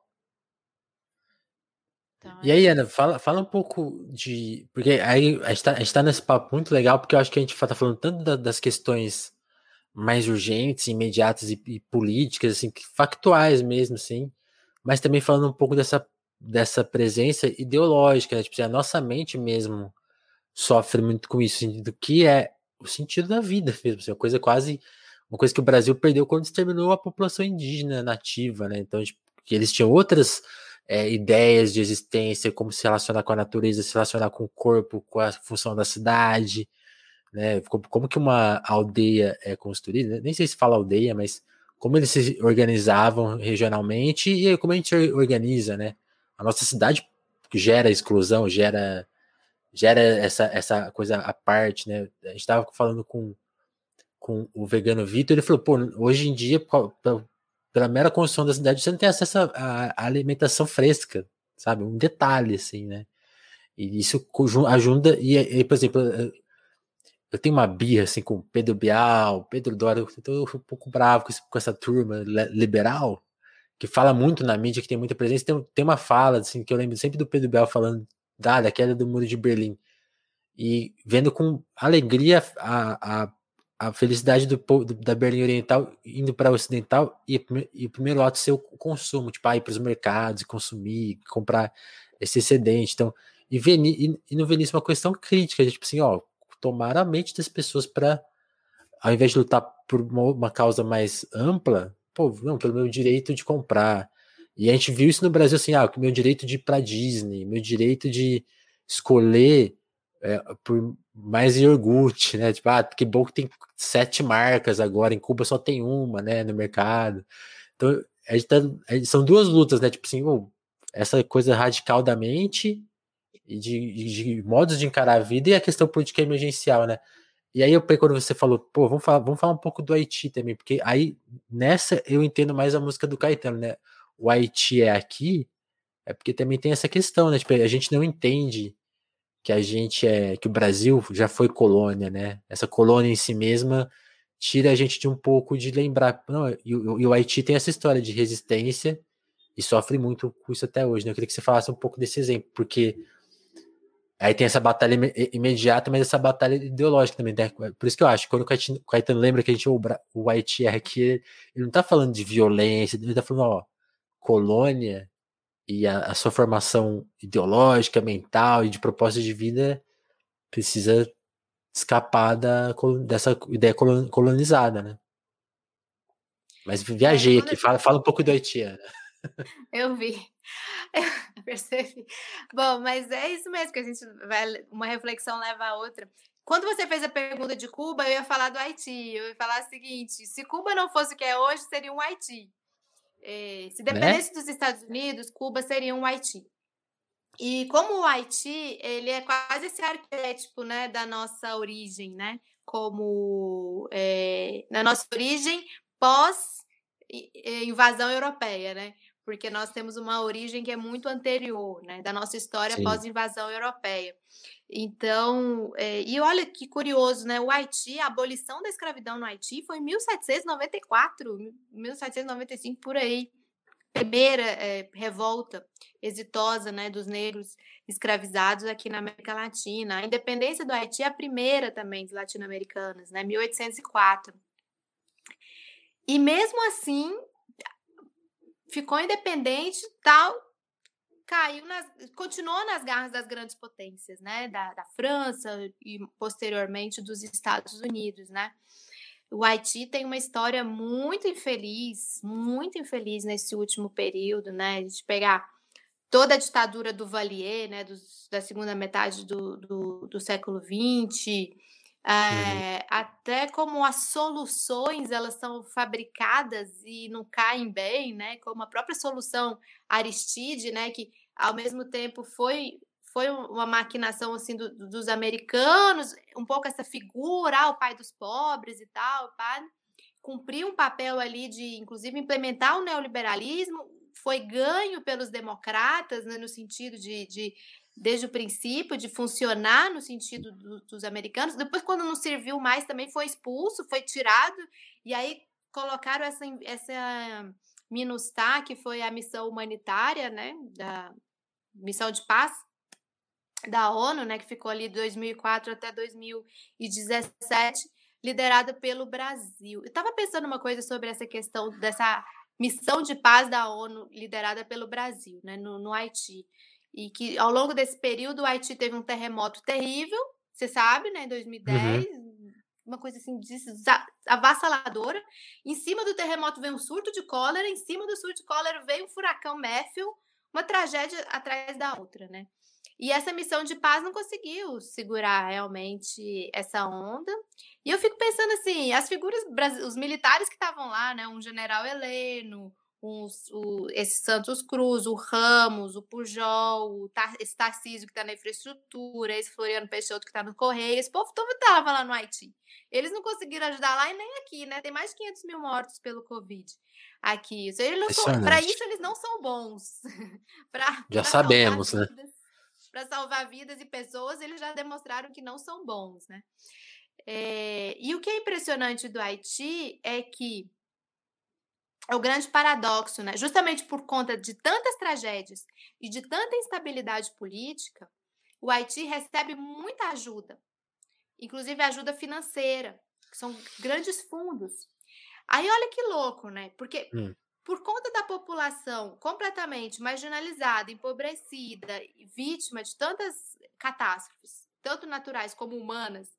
Então, e aí, Ana, fala, fala um pouco de... Porque aí a gente, tá, a gente tá nesse papo muito legal, porque eu acho que a gente tá falando tanto da, das questões mais urgentes, imediatas e, e políticas, assim, factuais mesmo, assim, mas também falando um pouco dessa, dessa presença ideológica, né? Tipo assim, a nossa mente mesmo sofre muito com isso, assim, do que é o sentido da vida mesmo, assim, uma coisa quase... Uma coisa que o Brasil perdeu quando exterminou a população indígena nativa, né? Então, tipo, que eles tinham outras... É, ideias de existência, como se relacionar com a natureza, se relacionar com o corpo, com a função da cidade, né? Como, como que uma aldeia é construída, nem sei se fala aldeia, mas como eles se organizavam regionalmente e como a gente organiza, né? A nossa cidade gera exclusão, gera, gera essa, essa coisa à parte, né? A gente estava falando com, com o vegano Vitor, ele falou, pô, hoje em dia, pela mera construção da cidade, você não tem acesso à alimentação fresca, sabe? Um detalhe, assim, né? E isso ajuda, e, e por exemplo, eu tenho uma birra, assim, com Pedro Bial, Pedro Dória, eu tô um pouco bravo com, com essa turma liberal, que fala muito na mídia, que tem muita presença, tem, tem uma fala, assim, que eu lembro sempre do Pedro Bial falando da, da queda do Muro de Berlim, e vendo com alegria a, a a felicidade do, do, da Berlim Oriental indo para o Ocidental e, e o primeiro ato ser o consumo, tipo, ah, ir para os mercados e consumir, comprar esse excedente. Então, e, ver, e, e não ver nisso uma questão crítica, de, tipo assim, ó, tomar a mente das pessoas para, ao invés de lutar por uma, uma causa mais ampla, pô, não, pelo meu direito de comprar. E a gente viu isso no Brasil, assim, ah, o meu direito de ir para Disney, meu direito de escolher é, por mais iogurte, né? Tipo, ah, que bom que tem sete marcas agora, em Cuba só tem uma, né, no mercado. Então, a gente tá, a gente, são duas lutas, né? Tipo assim, oh, essa coisa radical da mente e de, de, de modos de encarar a vida e a questão política emergencial, né? E aí eu peguei quando você falou, pô, vamos falar, vamos falar um pouco do Haiti também, porque aí nessa eu entendo mais a música do Caetano, né? O Haiti é aqui, é porque também tem essa questão, né? Tipo, a gente não entende que a gente é, que o Brasil já foi colônia, né? Essa colônia em si mesma tira a gente de um pouco de lembrar. Não, e, o- e o Haiti tem essa história de resistência e sofre muito com isso até hoje, né? Eu queria que você falasse um pouco desse exemplo, porque aí tem essa batalha ime- imediata, mas essa batalha ideológica também, né? Por isso que eu acho, que quando o Caetano, o Caetano lembra que a gente, o, Bra- o Haiti é aqui, ele não tá falando de violência, ele tá falando, ó, colônia e a, a sua formação ideológica, mental e de propósito de vida precisa escapar da, colo- dessa ideia colon- colonizada, né? Mas É, viajei quando aqui, fala, fala um pouco do Haiti, Ana. eu vi, eu percebi. Bom, mas é isso mesmo que a gente vai, uma reflexão leva a outra. Quando você fez a pergunta de Cuba, eu ia falar do Haiti. Eu ia falar o seguinte: se Cuba não fosse o que é hoje, seria um Haiti. É, se Né? dependesse dos Estados Unidos, Cuba seria um Haiti. E como o Haiti, ele é quase esse arquétipo, né, da nossa origem, né? Como é, na nossa origem pós invasão europeia, né? Porque nós temos uma origem que é muito anterior, né, da nossa história Sim. pós invasão europeia. Então, é, e olha que curioso, né? O Haiti, a abolição da escravidão no Haiti foi em mil setecentos e noventa e quatro, mil setecentos e noventa e cinco por aí. Primeira é, revolta exitosa, né, dos negros escravizados aqui na América Latina. A independência do Haiti é a primeira também dos latino-americanos, né, mil oitocentos e quatro. E mesmo assim, ficou independente, tal, caiu nas, continuou nas garras das grandes potências, né, da, da França e posteriormente dos Estados Unidos, né. O Haiti tem uma história muito infeliz, muito infeliz nesse último período, né? A gente pegar toda a ditadura do Valier, né, dos, da segunda metade do, do, do século vinte, Uhum. é, até como as soluções elas são fabricadas e não caem bem, né, como a própria solução Aristide, né, que ao mesmo tempo foi foi uma maquinação assim do, dos americanos, um pouco essa figura, ah, o pai dos pobres e tal, pá, cumpriu um papel ali de, inclusive, implementar o neoliberalismo, foi ganho pelos democratas, né, no sentido de, de, desde o princípio, de funcionar no sentido do, dos americanos. Depois, quando não serviu mais, também foi expulso, foi tirado, e aí colocaram essa, essa MINUSTAH, que foi a missão humanitária, né, da missão de paz da ONU, né, que ficou ali de dois mil e quatro até dois mil e dezessete, liderada pelo Brasil. Eu estava pensando uma coisa sobre essa questão dessa missão de paz da ONU liderada pelo Brasil, né, no, no Haiti. E que ao longo desse período o Haiti teve um terremoto terrível, você sabe, né, em dois mil e dez, Uhum. uma coisa assim avassaladora. Em cima do terremoto veio um surto de cólera, em cima do surto de cólera veio um furacão Matthew, uma tragédia atrás da outra, né? E essa missão de paz não conseguiu segurar realmente essa onda. E eu fico pensando assim, as figuras, os militares que estavam lá, né, um general Heleno, uns, o, esse Santos Cruz, o Ramos, o Pujol, o Tar, esse Tarcísio que está na infraestrutura, esse Floriano Peixoto que está no Correio, esse povo todo estava lá no Haiti. Eles não conseguiram ajudar lá e nem aqui, né? Tem mais de quinhentos mil mortos pelo Covid aqui. Para Impressionante. isso eles não são bons. Já Para salvar sabemos, né? vidas, para salvar vidas e pessoas, eles já demonstraram que não são bons, né? É, e o que é impressionante do Haiti é que é o grande paradoxo, né? Justamente por conta de tantas tragédias e de tanta instabilidade política, o Haiti recebe muita ajuda, inclusive ajuda financeira, que são grandes fundos. Aí olha que louco, né? Porque Hum. por conta da população completamente marginalizada, empobrecida, vítima de tantas catástrofes, tanto naturais como humanas,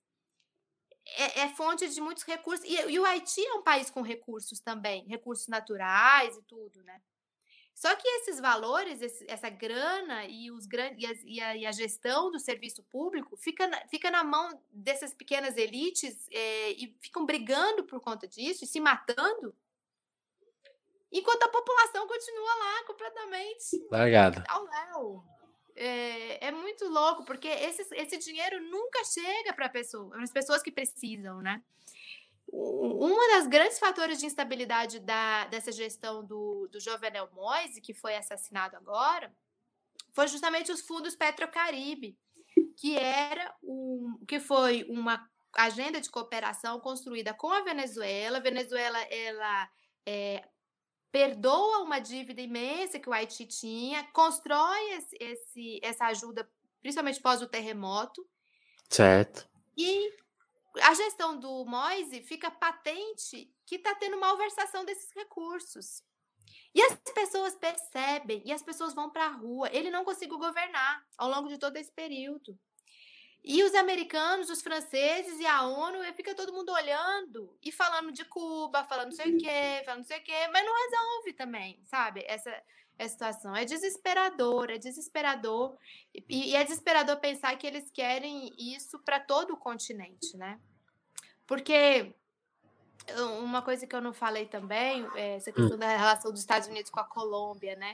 é, é fonte de muitos recursos. E, e o Haiti é um país com recursos também, recursos naturais e tudo, né? Só que esses valores, esse, essa grana e, os, e, a, e, a, e a gestão do serviço público fica na, fica na mão dessas pequenas elites é, e ficam brigando por conta disso e se matando enquanto a população continua lá completamente largada. ao léu. É, é muito louco, porque esse, esse dinheiro nunca chega para pessoa, as pessoas que precisam, né? Um das grandes fatores de instabilidade da, dessa gestão do, do Jovenel Moise, que foi assassinado agora, foi justamente os fundos Petrocaribe, que era um, que foi uma agenda de cooperação construída com a Venezuela. A Venezuela ela é, perdoa uma dívida imensa que o Haiti tinha, constrói esse, esse, essa ajuda, principalmente pós o terremoto. Certo. E a gestão do Moise fica patente que está tendo malversação desses recursos. E as pessoas percebem, e as pessoas vão para a rua. Ele não conseguiu governar ao longo de todo esse período. E os americanos, os franceses e a ONU, fica todo mundo olhando e falando de Cuba, falando não sei o quê, falando não sei o quê, mas não resolve também, sabe, essa, essa situação. É desesperador, é desesperador. E, e é desesperador pensar que eles querem isso para todo o continente, né? Porque uma coisa que eu não falei também, é essa questão hum. da relação dos Estados Unidos com a Colômbia, né?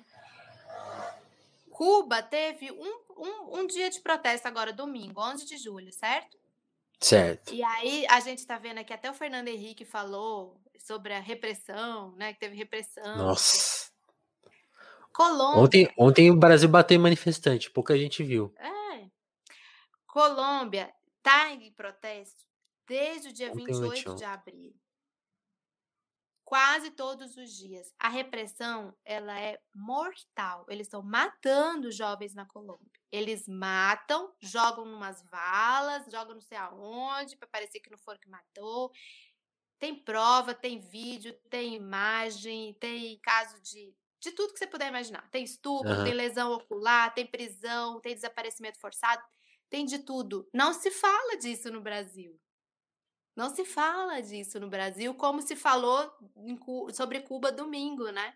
Cuba teve um, um, um dia de protesto agora, domingo, onze de julho, certo? Certo. E aí a gente tá vendo aqui, até o Fernando Henrique falou sobre a repressão, né? Que teve repressão. Nossa. Colômbia. Ontem, ontem o Brasil bateu em manifestante, pouca gente viu. É. Colômbia tá em protesto desde o dia ontem, vinte e oito de abril. Quase todos os dias. A repressão, ela é mortal. Eles estão matando jovens na Colômbia. Eles matam, jogam numas valas, jogam não sei aonde, para parecer que não foi que matou. Tem prova, tem vídeo, tem imagem, tem caso de, de tudo que você puder imaginar. Tem estupro, uhum. tem lesão ocular, tem prisão, tem desaparecimento forçado, tem de tudo. Não se fala disso no Brasil. Não se fala disso no Brasil, como se falou em, sobre Cuba domingo, né?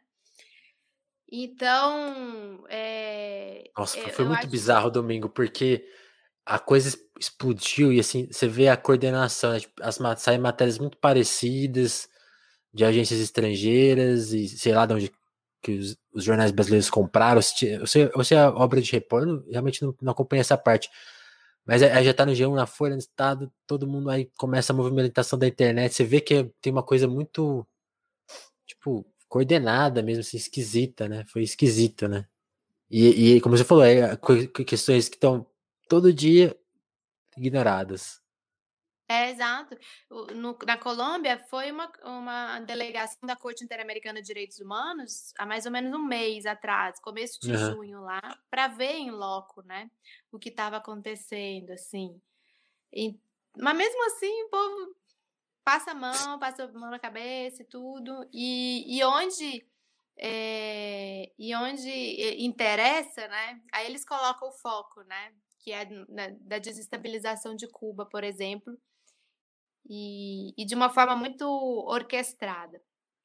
Então, é, Nossa, é, foi muito bizarro que... domingo, porque a coisa explodiu e assim, você vê a coordenação, né? Tipo, as, saem matérias muito parecidas de agências estrangeiras e sei lá de onde que os, os jornais brasileiros compraram. Eu sei, eu sei a obra de repórter, realmente não, não acompanho essa parte. Mas aí já tá no G um, na Folha, no Estado, todo mundo aí começa a movimentação da internet. Você vê que tem uma coisa muito, tipo, coordenada mesmo, assim, esquisita, né? Foi esquisito, né? E, e como você falou, é questões que estão todo dia ignoradas. É, exato. No, na Colômbia, foi uma, uma delegação da Corte Interamericana de Direitos Humanos há mais ou menos um mês atrás, começo de uhum. junho lá, para ver em loco, né, o que estava acontecendo, assim. E, mas mesmo assim, o povo passa a mão, passa a mão na cabeça e tudo. E, e onde... É, e onde interessa, né, aí eles colocam o foco, né, que é da, da desestabilização de Cuba, por exemplo, e, e de uma forma muito orquestrada.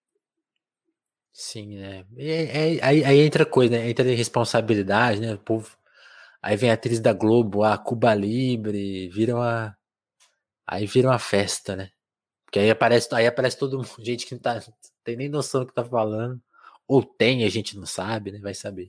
Sim, né, e, é, aí, aí entra coisa, né, entra em responsabilidade, né, o povo, aí vem a atriz da Globo, a Cuba Libre, vira uma, aí vira uma festa, né, porque aí aparece, aí aparece todo mundo, gente que não tá, não tem nem noção do que tá falando. Ou tem, a gente não sabe, né? Vai saber.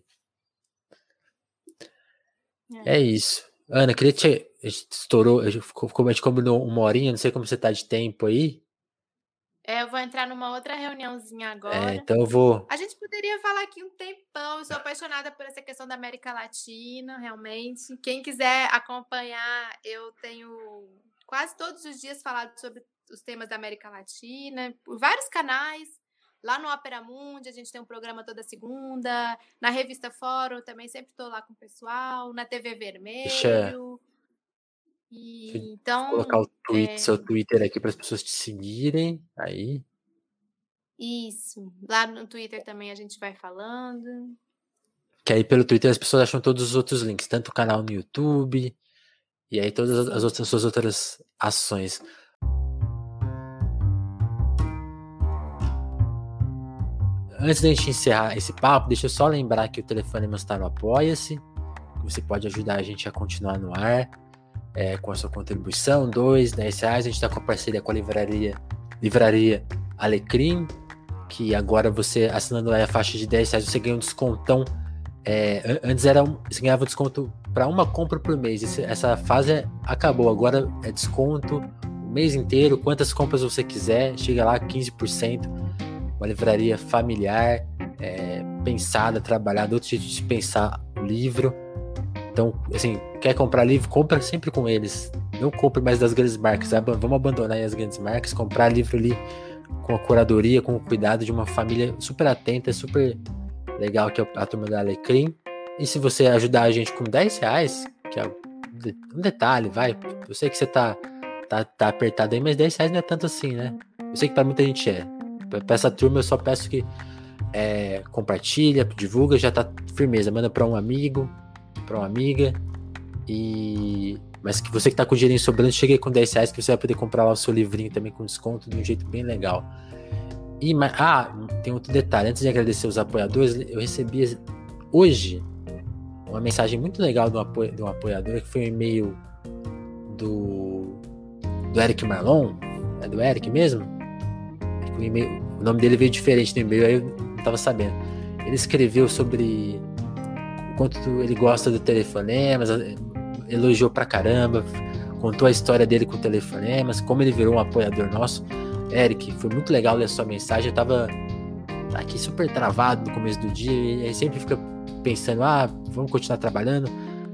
É, é isso. Ana, queria te... A gente estourou, a gente, como a gente combinou uma horinha, não sei como você tá de tempo aí. É, eu vou entrar numa outra reuniãozinha agora. É, então eu vou... A gente poderia falar aqui um tempão, eu sou apaixonada por essa questão da América Latina, realmente. Quem quiser acompanhar, eu tenho quase todos os dias falado sobre os temas da América Latina, por vários canais. Lá no Opera Mundi, a gente tem um programa toda segunda. Na Revista Fórum, também sempre estou lá com o pessoal. Na T V Vermelho. Deixa, e, deixa então, colocar o tweet, é... seu Twitter aqui para as pessoas te seguirem. Aí. Isso. Lá no Twitter também a gente vai falando. Que aí pelo Twitter as pessoas acham todos os outros links. Tanto o canal no YouTube. E aí todas as, outras, as suas outras ações. Antes da gente encerrar esse papo, deixa eu só lembrar que o Telefonema está no Apoia-se, que você pode ajudar a gente a continuar no ar, é, com a sua contribuição, dois, dez reais. A gente está com a parceria com a livraria, livraria Alecrim, que agora você, assinando a faixa de dez reais, você ganha um descontão. É, antes era um, você ganhava desconto para uma compra por mês. Esse, essa fase acabou. Agora é desconto o mês inteiro, quantas compras você quiser. Chega lá, quinze por cento. Uma livraria familiar, é, pensada, trabalhada, outro jeito de pensar o livro. Então, assim, quer comprar livro? Compra sempre com eles. Não compre mais das grandes marcas. Vamos abandonar as grandes marcas, comprar livro ali com a curadoria, com o cuidado de uma família super atenta, super legal, que é a turma da Alecrim. E se você ajudar a gente com dez reais, que é um detalhe, vai. Eu sei que você tá, tá, tá apertado aí, mas dez reais não é tanto assim, né? Eu sei que pra muita gente é. Pra essa turma eu só peço que é, compartilha, divulga, já tá firmeza. Manda pra um amigo, pra uma amiga. E... Mas que você que tá com o dinheirinho sobrando, chega aí com dez reais que você vai poder comprar lá o seu livrinho também com desconto de um jeito bem legal. E, ah, tem outro detalhe. Antes de agradecer os apoiadores, eu recebi hoje uma mensagem muito legal de um, apo... de um apoiador, que foi um e-mail do, do Eric Marlon. É do Eric mesmo? O, e-mail... o nome dele veio diferente no e-mail, aí eu não tava sabendo. Ele escreveu sobre o quanto ele gosta do Telefonemas, elogiou pra caramba, contou a história dele com Telefonemas, como ele virou um apoiador nosso. Eric, foi muito legal ler a sua mensagem. Eu tava aqui super travado no começo do dia e aí sempre fica pensando, ah, vamos continuar trabalhando.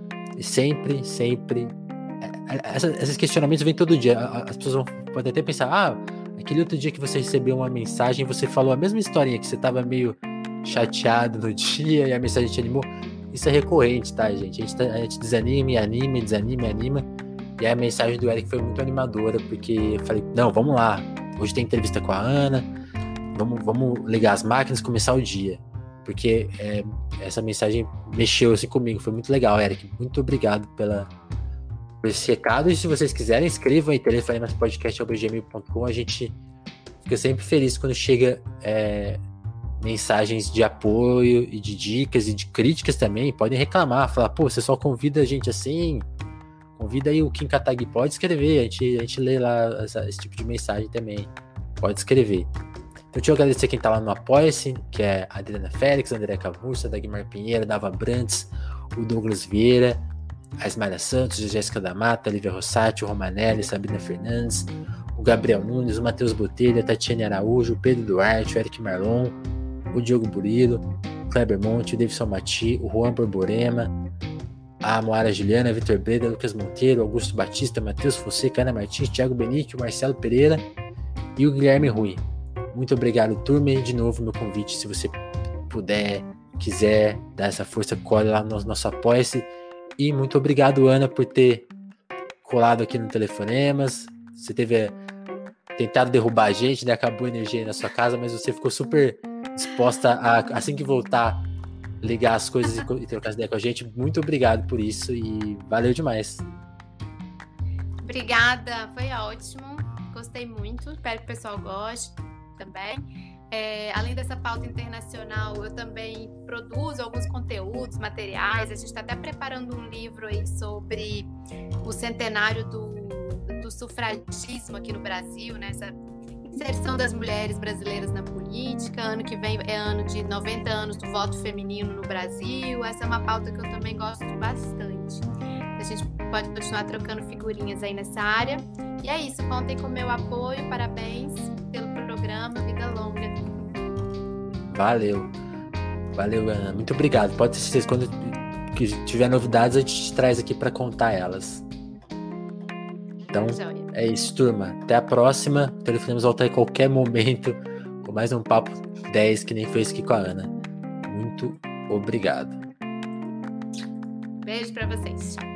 E sempre, sempre essa, esses questionamentos vêm todo dia. As pessoas vão, podem até pensar, ah, aquele outro dia que você recebeu uma mensagem, você falou a mesma historinha, que você tava meio chateado no dia e a mensagem te animou. Isso é recorrente, tá, gente? A gente, tá, a gente desanima e anima, desanima e anima. E a mensagem do Eric foi muito animadora, porque eu falei, não, vamos lá. Hoje tem entrevista com a Ana, vamos, vamos ligar as máquinas e começar o dia. Porque é, essa mensagem mexeu assim comigo, foi muito legal, Eric. Muito obrigado pela, por esse recado. E se vocês quiserem, escrevam aí, telefonemas podcast arroba gmail ponto com. A gente fica sempre feliz quando chega é, mensagens de apoio e de dicas e de críticas também. Podem reclamar, falar, pô, você só convida a gente assim... Convida aí o Kim Kataguiri, pode escrever, a gente, a gente lê lá essa, esse tipo de mensagem também, pode escrever. Então, deixa eu agradecer quem tá lá no Apoia-se, que é a Adriana Félix, a André Cavursa, a Dagmar Pinheiro, a Dava Brandes, o Douglas Vieira, a Ismaila Santos, a Jéssica da Mata, a Lívia Rossati, o Romanelli, Sabrina Fernandes, o Gabriel Nunes, o Matheus Botelho, a Tatiane Araújo, o Pedro Duarte, o Eric Marlon, o Diogo Burilo, o Kleber Monte, o Davidson Mati, o Juan Borborema, a Moara Juliana, Vitor Breda, Lucas Monteiro, Augusto Batista, Matheus Fonseca, Ana Martins, Thiago Benite, Marcelo Pereira e o Guilherme Rui. Muito obrigado, turma, e de novo meu convite, se você puder, quiser dar essa força, colhe lá no nosso Apoia-se. E muito obrigado, Ana, por ter colado aqui no Telefonemas. Você teve tentado derrubar a gente, né? Acabou a energia aí na sua casa, mas você ficou super disposta a, assim que voltar, ligar as coisas e, e trocar as ideias com a gente. Muito obrigado por isso e valeu demais. Obrigada, foi ótimo, gostei muito, espero que o pessoal goste também. É, além dessa pauta internacional, eu também produzo alguns conteúdos, materiais. A gente está até preparando um livro aí sobre o centenário do, do sufragismo aqui no Brasil, né? Essa inserção das mulheres brasileiras na política. Ano que vem é ano de noventa anos do voto feminino no Brasil. Essa é uma pauta que eu também gosto bastante. A gente pode continuar trocando figurinhas aí nessa área. E é isso, contem com o meu apoio. Parabéns pelo programa, vida longa. Valeu. Valeu, Ana. Muito obrigado. Pode ter certeza, quando tiver novidades, a gente te traz aqui para contar elas. Então, é isso, turma. Até a próxima. O Telefonemas volta aí a qualquer momento com mais um Papo dez, que nem fez aqui com a Ana. Muito obrigado. Beijo para vocês. Tchau.